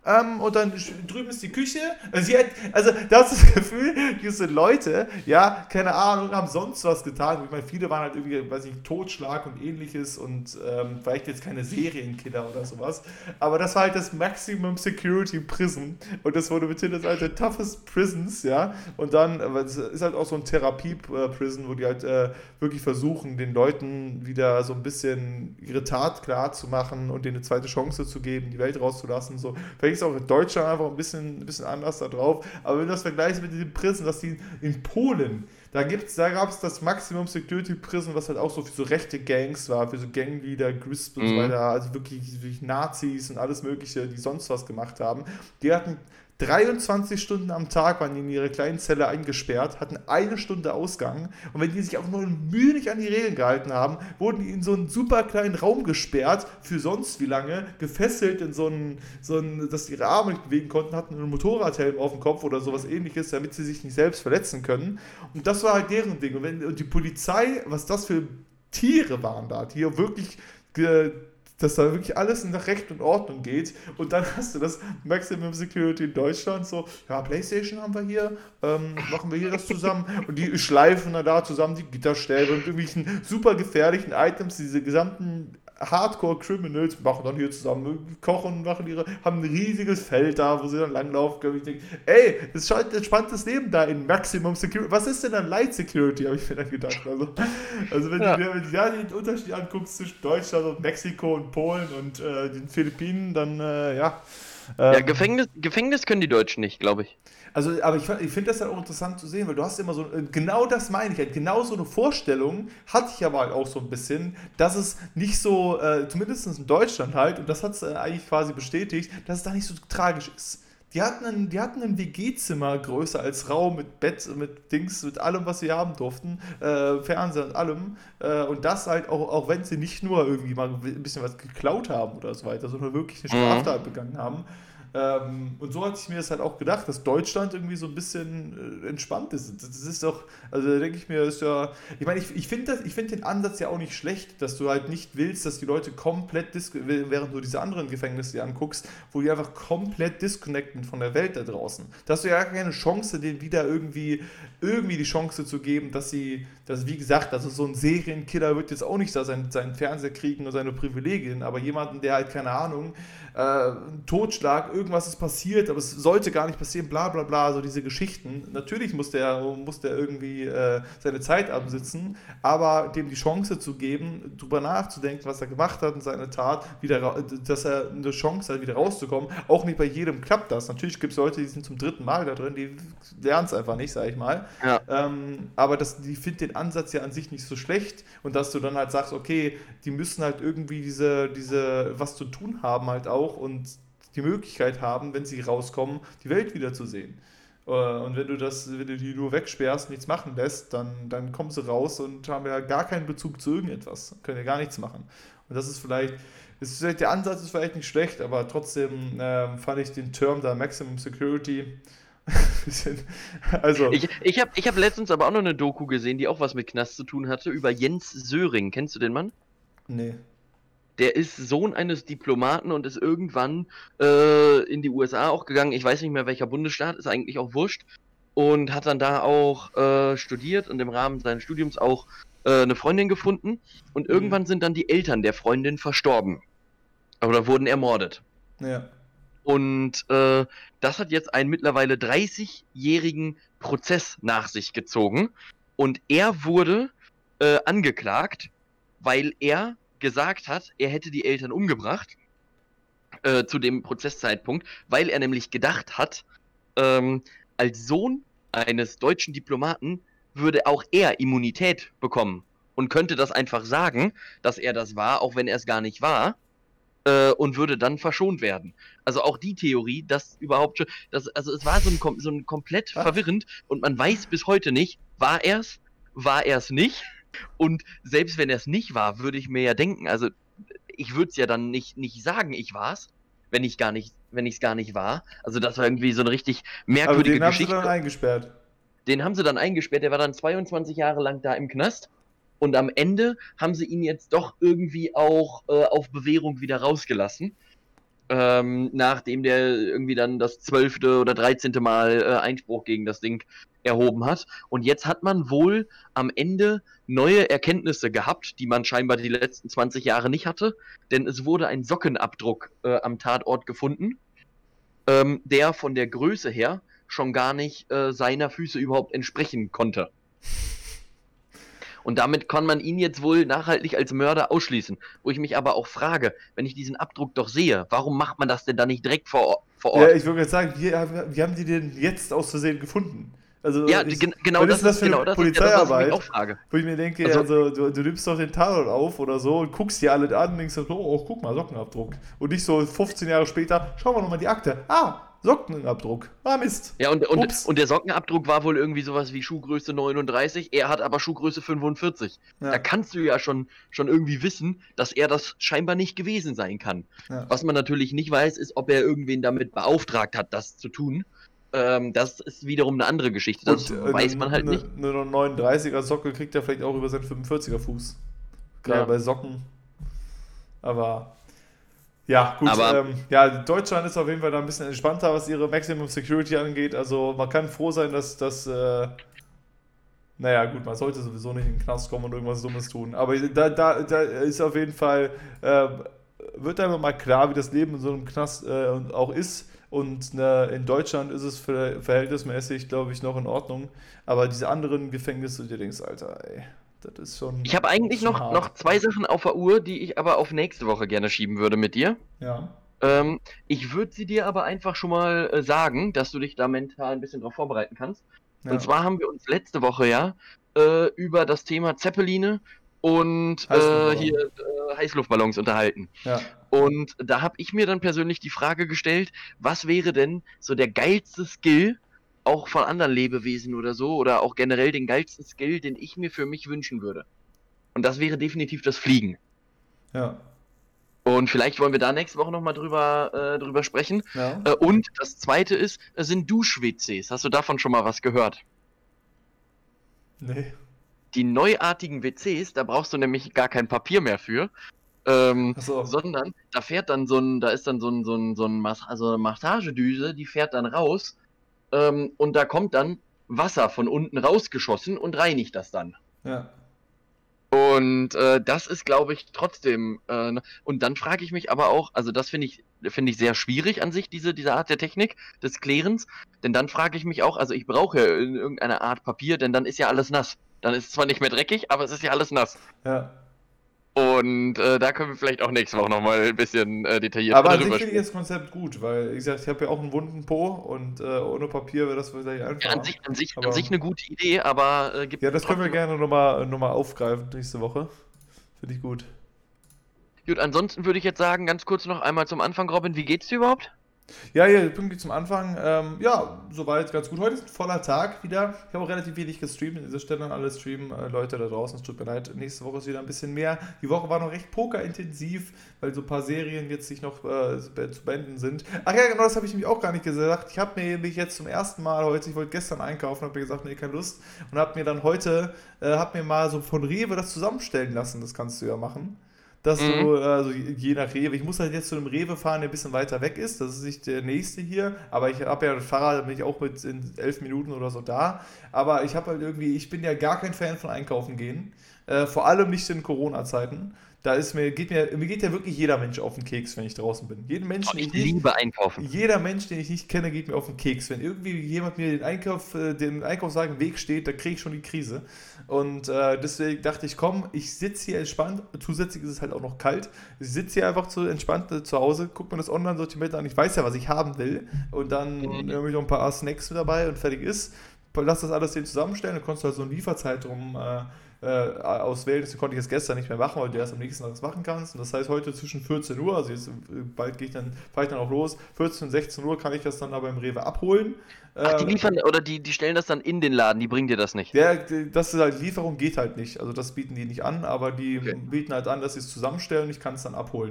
ähm, und dann sch- drüben ist die Küche. Also, sie hat, also da hast du das Gefühl, diese Leute, ja, keine Ahnung, haben sonst was getan. Ich meine, viele waren halt irgendwie, weiß ich, Totschlag und ähnliches und ähm, vielleicht jetzt keine Serienkiller oder sowas. Aber das war halt das Maximum Security Prison und das wurde mithin das alte Toughest Prisons, ja. Und dann, aber es ist halt auch so ein Therapie-Prison, wo die halt äh, wirklich versuchen, den Leuten wieder so ein bisschen ihre Tat klar zu machen und denen eine zweite Chance zu geben, die Welt rauszulassen. So. Vielleicht ist auch in Deutschland einfach ein bisschen, ein bisschen anders da drauf. Aber wenn du das vergleichst mit den Prison, dass die in Polen, da, gibt's, da gab es das Maximum Security Prison, was halt auch so für so rechte Gangs war, für so Gangleader, Crisp und so Mhm. weiter, also wirklich, wirklich Nazis und alles Mögliche, die sonst was gemacht haben. Die hatten dreiundzwanzig Stunden am Tag waren die in ihre kleinen Zelle eingesperrt, hatten eine Stunde Ausgang und wenn die sich auch nur Mühe nicht an die Regeln gehalten haben, wurden die in so einen super kleinen Raum gesperrt, für sonst wie lange, gefesselt in so einen, so einen dass sie ihre Arme nicht bewegen konnten, hatten einen Motorradhelm auf dem Kopf oder sowas ähnliches, damit sie sich nicht selbst verletzen können. Und das war halt deren Ding. Und, wenn, und die Polizei, was das für Tiere waren da, die hier wirklich ge, dass da wirklich alles nach Recht und Ordnung geht. Und dann hast du das Maximum Security in Deutschland, so, ja, PlayStation haben wir hier, ähm, machen wir hier das zusammen. Und die schleifen dann da zusammen die Gitterstäbe und irgendwelchen super gefährlichen Items, diese gesamten Hardcore-Criminals machen dann hier zusammen, kochen, machen ihre, haben ein riesiges Feld da, wo sie dann langlaufen können. Ich denke, ey, das ist schon ein entspanntes Leben da in Maximum Security. Was ist denn dann Light Security, habe ich mir dann gedacht. Also, also wenn, Ja. du dir wenn du da den Unterschied anguckst zwischen Deutschland und Mexiko und Polen und äh, den Philippinen, dann äh, ja. Ja, Ähm, Gefängnis, Gefängnis können die Deutschen nicht, glaube ich. also, aber ich, ich finde das halt auch interessant zu sehen, weil du hast immer so, äh, genau das meine ich halt, genau so eine Vorstellung hatte ich aber halt auch so ein bisschen, dass es nicht so, äh, zumindest in Deutschland halt, und das hat es äh, eigentlich quasi bestätigt, dass es da nicht so tragisch ist. Die hatten ein, die hatten ein W G-Zimmer größer als Raum mit Bett, mit Dings, mit allem, was sie haben durften, äh, Fernseher und allem. Äh, und das halt auch, auch wenn sie nicht nur irgendwie mal ein bisschen was geklaut haben oder so weiter, sondern wirklich eine Mhm. Straftat begangen haben. Ähm, und so hatte ich mir das halt auch gedacht, dass Deutschland irgendwie so ein bisschen äh, entspannt ist. Das ist doch, also da denke ich mir, ist ja, ich meine, ich, ich finde das- ich find den Ansatz ja auch nicht schlecht, dass du halt nicht willst, dass die Leute komplett, dis während du diese anderen Gefängnisse dir anguckst, wo die einfach komplett disconnecten von der Welt da draußen. Da hast du ja gar keine Chance, denen wieder irgendwie, irgendwie die Chance zu geben, dass sie, dass wie gesagt, also so ein Serienkiller wird jetzt auch nicht da seinen, seinen Fernseher kriegen und seine Privilegien, aber jemanden, der halt, keine Ahnung, äh, ein Totschlag, irgendwas ist passiert, aber es sollte gar nicht passieren, bla bla bla, so diese Geschichten. Natürlich muss der, muss der irgendwie äh, seine Zeit absitzen, aber dem die Chance zu geben, drüber nachzudenken, was er gemacht hat und seine Tat, wieder, ra- dass er eine Chance hat, wieder rauszukommen. Auch nicht bei jedem klappt das. Natürlich gibt es Leute, die sind zum dritten Mal da drin, die lernen es einfach nicht, sag ich mal. Ja. Ähm, aber das, die finden den Ansatz ja an sich nicht so schlecht und dass du dann halt sagst, okay, die müssen halt irgendwie diese, diese, was zu tun haben halt auch und die Möglichkeit haben, wenn sie rauskommen, die Welt wiederzusehen. Äh, Und wenn du das, wenn du die nur wegsperrst, nichts machen lässt, dann, dann kommen sie raus und haben ja gar keinen Bezug zu irgendetwas, können ja gar nichts machen. Und das ist vielleicht, ist vielleicht der Ansatz ist vielleicht nicht schlecht, aber trotzdem ähm, fand ich den Term da Maximum Security bisschen, also, Ich, ich habe ich hab letztens aber auch noch eine Doku gesehen, die auch was mit Knast zu tun hatte, über Jens Söring. Kennst du den Mann? nee. Der ist Sohn eines Diplomaten und ist irgendwann äh, in die U S A auch gegangen. Ich weiß nicht mehr welcher Bundesstaat, ist eigentlich auch wurscht. Und hat dann da auch äh, studiert und im Rahmen seines Studiums auch äh, eine Freundin gefunden. Und Mhm. irgendwann sind dann die Eltern der Freundin verstorben oder wurden ermordet. Ja. Und äh, das hat jetzt einen mittlerweile dreißigjährigen Prozess nach sich gezogen. Und er wurde äh, angeklagt, weil er gesagt hat, er hätte die Eltern umgebracht äh, zu dem Prozesszeitpunkt, weil er nämlich gedacht hat, ähm, als Sohn eines deutschen Diplomaten würde auch er Immunität bekommen und könnte das einfach sagen, dass er das war, auch wenn er es gar nicht war, äh, und würde dann verschont werden. Also auch die Theorie, dass überhaupt schon, das, also es war so ein, so ein komplett Was? verwirrend und man weiß bis heute nicht, war er es, war er es nicht? Und selbst wenn er es nicht war, würde ich mir ja denken, also ich würde es ja dann nicht, nicht sagen, ich war's, wenn ich gar nicht, wenn ich es gar nicht war. Also das war irgendwie so eine richtig Aber merkwürdige den haben sie dann Geschichte. eingesperrt. Den haben sie dann eingesperrt, der war dann zweiundzwanzig Jahre lang da im Knast. Und am Ende haben sie ihn jetzt doch irgendwie auch äh, auf Bewährung wieder rausgelassen. ähm, nachdem der irgendwie dann das zwölfte oder dreizehnte Mal äh, Einspruch gegen das Ding erhoben hat. Und jetzt hat man wohl am Ende neue Erkenntnisse gehabt, die man scheinbar die letzten zwanzig Jahre nicht hatte, denn es wurde ein Sockenabdruck äh, am Tatort gefunden, ähm, der von der Größe her schon gar nicht äh, seiner Füße überhaupt entsprechen konnte. Und damit kann man ihn jetzt wohl nachhaltig als Mörder ausschließen. Wo ich mich aber auch frage, wenn ich diesen Abdruck doch sehe, warum macht man das denn dann nicht direkt vor, vor Ja, Ort? ich würde jetzt sagen, wie, wie haben die den jetzt aus Versehen gefunden? Also, Ja, ich, gen genau was das ist das ist für genau eine das ist ja das, was ich Polizeiarbeit, mich auch frage. wo ich mir denke, Also, also, du, du nimmst doch den Tatort auf oder so und guckst dir alle an und denkst so, oh, guck mal, Sockenabdruck. Und nicht so fünfzehn Jahre später, schauen wir nochmal die Akte. Ah, Sockenabdruck. Ah, Mist. ja, und, und, Ups. und der Sockenabdruck war wohl irgendwie sowas wie Schuhgröße neununddreißig, er hat aber Schuhgröße fünfundvierzig. Da Ja, kannst du ja schon, schon irgendwie wissen, dass er das scheinbar nicht gewesen sein kann. ja. Was man natürlich nicht weiß, ist, ob er irgendwen damit beauftragt hat, das zu tun. Ähm, das ist wiederum eine andere Geschichte. Das Und äh, weiß man halt nicht. eine neununddreißiger Socke kriegt er vielleicht auch über seinen fünfundvierziger Fuß. Gerade Ja. bei Socken. Aber ja, gut. Aber- ähm, ja, Deutschland ist auf jeden Fall da ein bisschen entspannter, was ihre Maximum Security angeht. Also man kann froh sein, dass das. Äh, naja, gut, man sollte sowieso nicht in den Knast kommen und irgendwas Dummes tun. Aber da, da, da ist auf jeden Fall. Äh, wird einfach mal klar, wie das Leben in so einem Knast äh, auch ist. Und ne, in Deutschland ist es ver verhältnismäßig, glaube ich, noch in Ordnung. Aber diese anderen Gefängnisse, du dir denkst, Alter, ey, das ist schon. Ich habe eigentlich schon noch, hart. noch zwei Sachen auf der Uhr, die ich aber auf nächste Woche gerne schieben würde mit dir. Ja. Ähm, ich würde sie dir aber einfach schon mal äh, sagen, dass du dich da mental ein bisschen drauf vorbereiten kannst. ja. Und zwar haben wir uns letzte Woche ja äh, über das Thema Zeppeline und äh, Heißluftballon. hier äh, Heißluftballons unterhalten. Ja. Und da habe ich mir dann persönlich die Frage gestellt, was wäre denn so der geilste Skill, auch von anderen Lebewesen oder so, oder auch generell den geilsten Skill, den ich mir für mich wünschen würde. Und das wäre definitiv das Fliegen. Ja. Und vielleicht wollen wir da nächste Woche nochmal drüber, äh, drüber sprechen. Ja. Äh, und das zweite ist, äh, sind Dusch-W Cs. Hast du davon schon mal was gehört? Nee. Die neuartigen W Cs, da brauchst du nämlich gar kein Papier mehr für. Ähm, Ach so. sondern da fährt dann so ein, da ist dann so ein, so ein, so ein Mas also eine Massagedüse, die fährt dann raus ähm, und da kommt dann Wasser von unten rausgeschossen und reinigt das dann. Ja. Und äh, das ist, glaube ich, trotzdem. Äh, ne- und dann frage ich mich aber auch, also das finde ich, finde ich sehr schwierig an sich, diese, diese Art der Technik des Klärens. Denn dann frage ich mich auch, also ich brauche ja in irgendeiner Art Papier, denn dann ist ja alles nass. Dann ist es zwar nicht mehr dreckig, aber es ist ja alles nass. Ja. Und äh, da können wir vielleicht auch nächste Woche nochmal ein bisschen äh, detaillierter Aber an sich drüber finde ich sprechen. das Konzept gut, weil, wie gesagt, ich habe ja auch einen wunden Po und äh, ohne Papier wäre das vielleicht Ja, einfacher. an sich, an sich, Aber- an sich eine gute Idee, aber äh, gibt Ja, das können wir trotzdem- gerne nochmal noch mal aufgreifen nächste Woche. Finde ich gut. Gut, ansonsten würde ich jetzt sagen, ganz kurz noch einmal zum Anfang, Robin, wie geht's dir überhaupt? Ja, hier, pünktlich zum Anfang. Ähm, ja, soweit ganz gut. Heute ist ein voller Tag wieder. Ich habe auch relativ wenig gestreamt. An dieser Stelle an alle Streamen, äh, Leute da draußen, es tut mir leid. Nächste Woche ist wieder ein bisschen mehr. Die Woche war noch recht pokerintensiv, weil so ein paar Serien jetzt sich noch äh, zu beenden sind. Ach ja, genau, das habe ich nämlich auch gar nicht gesagt. Ich habe mir mich jetzt zum ersten Mal heute, ich wollte gestern einkaufen, habe mir gesagt, nee, keine Lust. Und habe mir dann heute, äh, habe mir mal so von Rewe das zusammenstellen lassen. Das kannst du ja machen. Dass Mhm. du, also je nach Rewe, ich muss halt jetzt zu einem Rewe fahren, der ein bisschen weiter weg ist, das ist nicht der nächste hier, aber ich habe ja das Fahrrad, da bin ich auch mit in elf Minuten oder so da, aber ich habe halt irgendwie, ich bin ja gar kein Fan von Einkaufen gehen, äh, vor allem nicht in Corona-Zeiten. Da ist mir, geht mir, mir geht ja wirklich jeder Mensch auf den Keks, wenn ich draußen bin. Jeden Menschen, Oh, den ich ich nicht, liebe Einkaufen. jeder Mensch, den ich nicht kenne, geht mir auf den Keks. Wenn irgendwie jemand mir den Einkauf, äh, den Einkaufswagen im Weg steht, da kriege ich schon die Krise. Und äh, deswegen dachte ich, komm, ich sitze hier entspannt. Zusätzlich ist es halt auch noch kalt. Ich sitze hier einfach zu entspannt äh, zu Hause, gucke mir das Online-Sortiment an. Ich weiß ja, was ich haben will. Und dann Mhm. irgendwie noch ein paar Snacks mit dabei und fertig ist. Lass das alles den zusammenstellen. Dann konntest du halt so einen Lieferzeitraum äh, äh, auswählen. Das konnte ich jetzt gestern nicht mehr machen, weil du erst am nächsten Tag das machen kannst. Und das heißt, heute zwischen vierzehn Uhr, also jetzt äh, bald gehe ich dann, fahre ich dann auch los, vierzehn und sechzehn Uhr kann ich das dann da beim Rewe abholen. Ach, die Ähm, liefern, oder die, die stellen das dann in den Laden, die bringen dir das nicht. der, das ist halt, Lieferung geht halt nicht. Also das bieten die nicht an, aber die Okay. bieten halt an, dass sie es zusammenstellen und ich kann es dann abholen.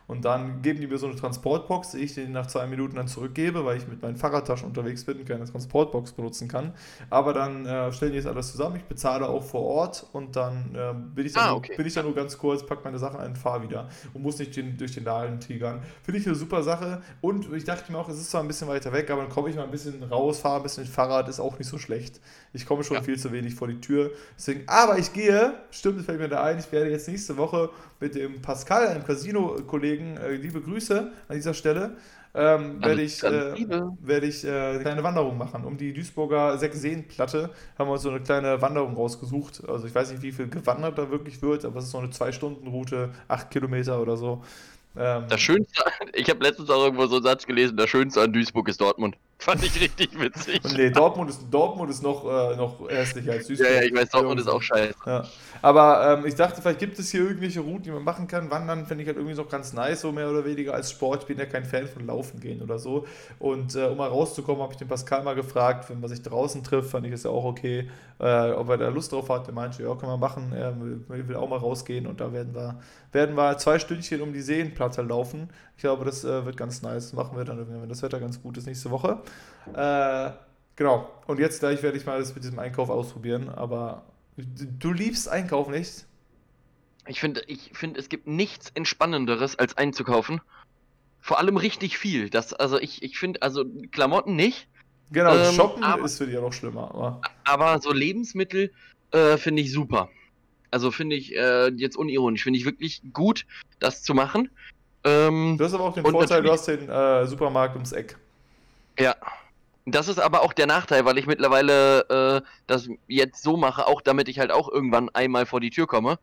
Und dann geben die mir so eine Transportbox, die ich denen nach zwei Minuten dann zurückgebe, weil ich mit meinen Fahrradtaschen unterwegs bin und keine Transportbox benutzen kann. Aber dann äh, stellen die das alles zusammen, ich bezahle auch vor Ort und dann äh, bin, ich dann Ah, nur, okay. bin ich dann nur ganz kurz, pack meine Sachen ein und fahre wieder und muss nicht den, durch den Laden tigern. Finde ich eine super Sache und ich dachte mir auch, es ist zwar ein bisschen weiter weg, aber dann komme ich mal ein bisschen raus, fahre ein bisschen mit Fahrrad, ist auch nicht so schlecht. Ich komme schon Ja. viel zu wenig vor die Tür. Deswegen, aber ich gehe, stimmt, das fällt mir da ein, ich werde jetzt nächste Woche mit dem Pascal, einem Casino-Kollegen, äh, liebe Grüße an dieser Stelle, ähm, Ganz, werde ich, ganz äh, liebe. werde ich äh, eine kleine Wanderung machen. Um die Duisburger Sechsseenplatte haben wir uns so eine kleine Wanderung rausgesucht. Also ich weiß nicht, wie viel gewandert da wirklich wird, aber es ist so eine zwei-Stunden-Route, acht Kilometer oder so. Ähm, Das Schönste, ich habe letztens auch irgendwo so einen Satz gelesen, das Schönste an Duisburg ist Dortmund. Fand ich richtig witzig. Und nee, Dortmund ist, Dortmund ist noch, äh, noch hässlicher als Duisburg. Ja, ja, ich weiß, Dortmund ist auch scheiße. Ja. Aber ähm, ich dachte, vielleicht gibt es hier irgendwelche Routen, die man machen kann. Wandern finde ich halt irgendwie so ganz nice, so mehr oder weniger als Sport. Ich bin ja kein Fan von Laufen gehen oder so. Und äh, um mal rauszukommen, habe ich den Pascal mal gefragt, wenn man sich draußen trifft, fand ich das ja auch okay, äh, ob er da Lust drauf hat. Der meinte, ja, können wir machen. Er will, will auch mal rausgehen und da werden wir, werden wir zwei Stündchen um die Seenplatte laufen. Ich glaube, das äh, wird ganz nice. Das machen wir dann irgendwann, wenn das Wetter ganz gut ist, nächste Woche. Äh, genau. Und jetzt gleich werde ich mal das mit diesem Einkauf ausprobieren. Aber du liebst Einkaufen, nicht? Ich finde, ich finde, es gibt nichts Entspannenderes als einzukaufen. Vor allem richtig viel. Das, also ich, ich finde, also Klamotten nicht, Genau, Ähm, Shoppen aber- ist für dich ja noch schlimmer. Aber aber so Lebensmittel äh, finde ich super. Also finde ich äh, jetzt unironisch, finde ich wirklich gut, das zu machen. Ähm, du hast aber auch den Und Vorteil, du natürlich- hast den äh, Supermarkt ums Eck. Ja. Das ist aber auch der Nachteil, weil ich mittlerweile äh, das jetzt so mache, auch damit ich halt auch irgendwann einmal vor die Tür komme.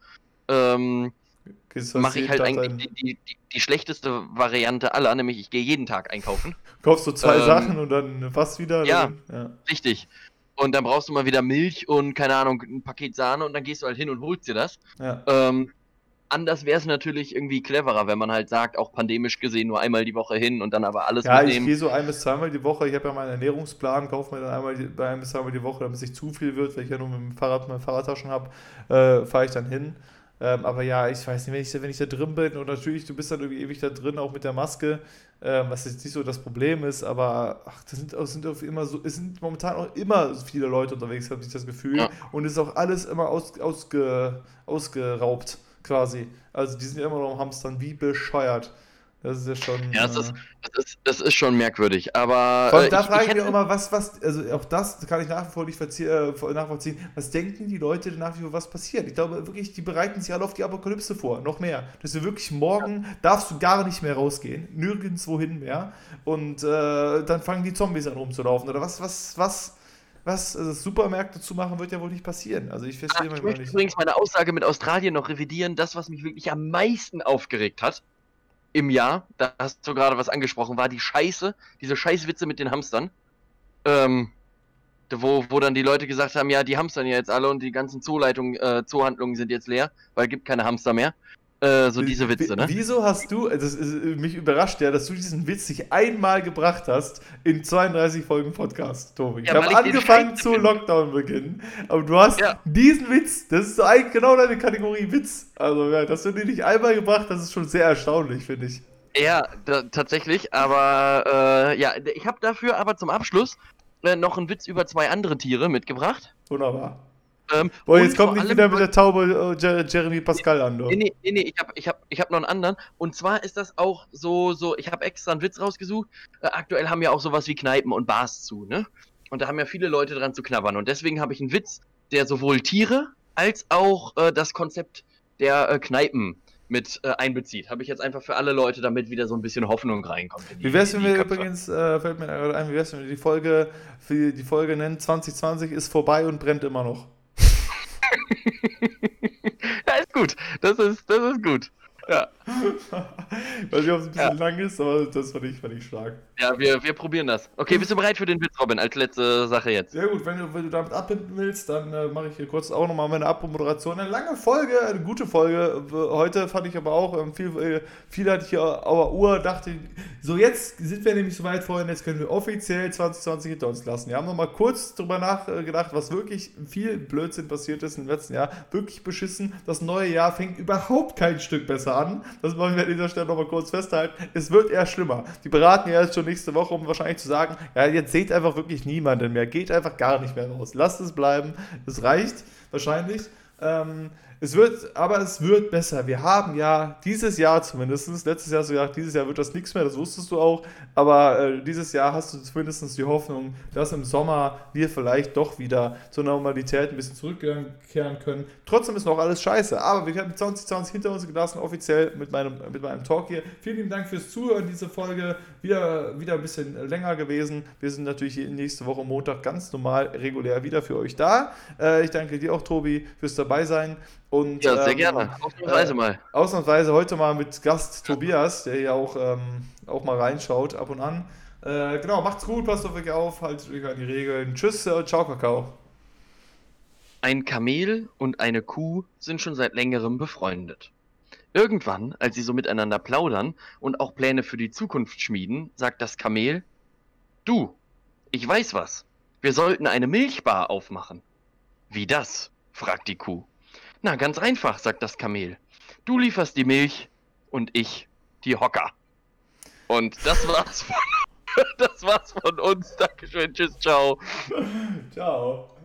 Ähm, Gehst fast mache ich jeden halt Tag eigentlich dahin. die, die, die, die schlechteste Variante aller, nämlich ich gehe jeden Tag einkaufen. Kaufst du zwei ähm, Sachen und dann fast wieder. ja. Dann, ja. Richtig. Und dann brauchst du mal wieder Milch und, keine Ahnung, ein Paket Sahne und dann gehst du halt hin und holst dir das. Ja. Ähm, anders wäre es natürlich irgendwie cleverer, wenn man halt sagt, auch pandemisch gesehen, nur einmal die Woche hin und dann aber alles Ja, ich mitnehmen. gehe so ein bis zweimal die Woche. Ich habe ja meinen Ernährungsplan, kaufe mir dann einmal die, ein bis zweimal die Woche, damit es nicht zu viel wird, weil ich ja nur mit dem Fahrrad meine Fahrradtaschen habe, äh, fahre ich dann hin. Ähm, aber ja, ich weiß nicht, wenn ich, wenn ich da drin bin und natürlich, du bist dann irgendwie ewig da drin, auch mit der Maske, ähm, was jetzt nicht so das Problem ist, aber ach, das sind, das sind auch immer so, es sind momentan auch immer so viele Leute unterwegs, habe ich das Gefühl. Ja. Und es ist auch alles immer aus, ausge, ausgeraubt, quasi. Also die sind ja immer noch am Hamstern, wie bescheuert. Das ist ja schon. Ja, das äh, ist, das ist, das ist schon merkwürdig, aber Vor allem, äh, da ich, frage ich ich mich hätte, auch immer, was, was, also auch das kann ich nach wie vor nicht verzie- äh, nachvollziehen. Was denken die Leute denn nach wie vor, was passiert? Ich glaube wirklich, die bereiten sich alle auf die Apokalypse vor, noch mehr. Dass du wirklich morgen darfst du gar nicht mehr rausgehen, nirgendwo hin mehr. Und äh, dann fangen die Zombies an rumzulaufen. Oder was, was, was, was, also Supermärkte zu machen, wird ja wohl nicht passieren. Also ich Ah, verstehe ich manchmal möchte nicht. übrigens meine Aussage mit Australien noch revidieren. Das, was mich wirklich am meisten aufgeregt hat im Jahr, da hast du gerade was angesprochen, war die Scheiße, diese Scheißwitze mit den Hamstern. Ähm, wo, wo dann die Leute gesagt haben, ja, die hamstern ja jetzt alle und die ganzen Zooleitungen, äh, Zoohandlungen sind jetzt leer, weil es gibt keine Hamster mehr. Äh, so diese Witze, ne? Wieso hast du, das ist, mich überrascht ja, dass du diesen Witz nicht einmal gebracht hast in zweiunddreißig Folgen Podcast, Tobi. Ich Ja, habe weil ich den angefangen scheiße zu finde. Lockdown-Beginn, aber du hast Ja. diesen Witz, das ist so eigentlich genau deine Kategorie Witz. Also, ja, dass du den nicht einmal gebracht hast, ist schon sehr erstaunlich, finde ich. Ja, da, tatsächlich, aber äh, ja, ich habe dafür aber zum Abschluss äh, noch einen Witz über zwei andere Tiere mitgebracht. Wunderbar. Ähm, Boah, und jetzt kommt vor nicht allem wieder mit über- der Taube äh, Jer- Jeremy Pascal an, du. Nee, nee, nee, nee, ich habe ich hab, ich hab noch einen anderen. Und zwar ist das auch so, so ich habe extra einen Witz rausgesucht. Äh, aktuell haben ja auch sowas wie Kneipen und Bars zu, ne? Und da haben ja viele Leute dran zu knabbern. Und deswegen habe ich einen Witz, der sowohl Tiere als auch äh, das Konzept der äh, Kneipen mit äh, einbezieht. Habe ich jetzt einfach für alle Leute, damit wieder so ein bisschen Hoffnung reinkommt. in die- Wie wär's, in wenn die wir Köpfe. übrigens, äh, fällt mir gerade ein, wie wär's, wenn wir die Folge, für die Folge nennen, zwanzig zwanzig ist vorbei und brennt immer noch. Ja, ist gut. Das ist, das ist gut. Ja, Ich weiß nicht, ob es ein bisschen lang ist, aber das fand ich, fand ich stark. ja wir, wir probieren das. Okay, bist du bereit für den Witz, Robin, als letzte Sache jetzt? Sehr gut, wenn du, wenn du damit abbinden willst, dann äh, mache ich hier kurz auch nochmal meine Abmoderation. Eine lange Folge, eine gute Folge. Heute fand ich aber auch, ähm, viel, äh, viel hatte ich hier auf der Uhr, dachte, so jetzt sind wir nämlich so weit vorhin, jetzt können wir offiziell zwanzig zwanzig hinter uns lassen. Wir haben nochmal kurz drüber nachgedacht, was wirklich viel Blödsinn passiert ist im letzten Jahr. Wirklich beschissen. Das neue Jahr fängt überhaupt kein Stück besser an. Das wollen wir an dieser Stelle Stelle nochmal kurz festhalten, es wird eher schlimmer. Die beraten ja jetzt schon nächste Woche, um wahrscheinlich zu sagen, ja, jetzt seht einfach wirklich niemanden mehr, geht einfach gar nicht mehr raus. Lasst es bleiben, es reicht wahrscheinlich. Ähm, es wird, aber es wird besser. Wir haben ja dieses Jahr zumindest, letztes Jahr hast du gesagt, dieses Jahr wird das nichts mehr, das wusstest du auch, aber äh, dieses Jahr hast du zumindest die Hoffnung, dass im Sommer wir vielleicht doch wieder zur Normalität ein bisschen zurückkehren können. Trotzdem ist noch alles scheiße, aber wir haben zwanzig zwanzig hinter uns gelassen, offiziell mit meinem, mit meinem Talk hier. Vielen lieben Dank fürs Zuhören, diese Folge wieder, wieder ein bisschen länger gewesen. Wir sind natürlich nächste Woche Montag ganz normal, regulär wieder für euch da. Äh, ich danke dir auch, Tobi, fürs dabei sein. Und, Ja, sehr ähm, gerne. Ausnahmsweise äh, mal. Ausnahmsweise heute mal mit Gast Tobias, der hier auch, ähm, auch mal reinschaut, ab und an. Äh, genau, macht's gut, passt auf euch auf, haltet euch an die Regeln. Tschüss, äh, ciao, Kakao. Ein Kamel und eine Kuh sind schon seit längerem befreundet. Irgendwann, als sie so miteinander plaudern und auch Pläne für die Zukunft schmieden, sagt das Kamel: Du, ich weiß was. Wir sollten eine Milchbar aufmachen. Wie das? Fragt die Kuh. Na, ganz einfach, sagt das Kamel. Du lieferst die Milch und ich die Hocker. Und das war's von, das war's von uns. Dankeschön, tschüss, ciao. Ciao.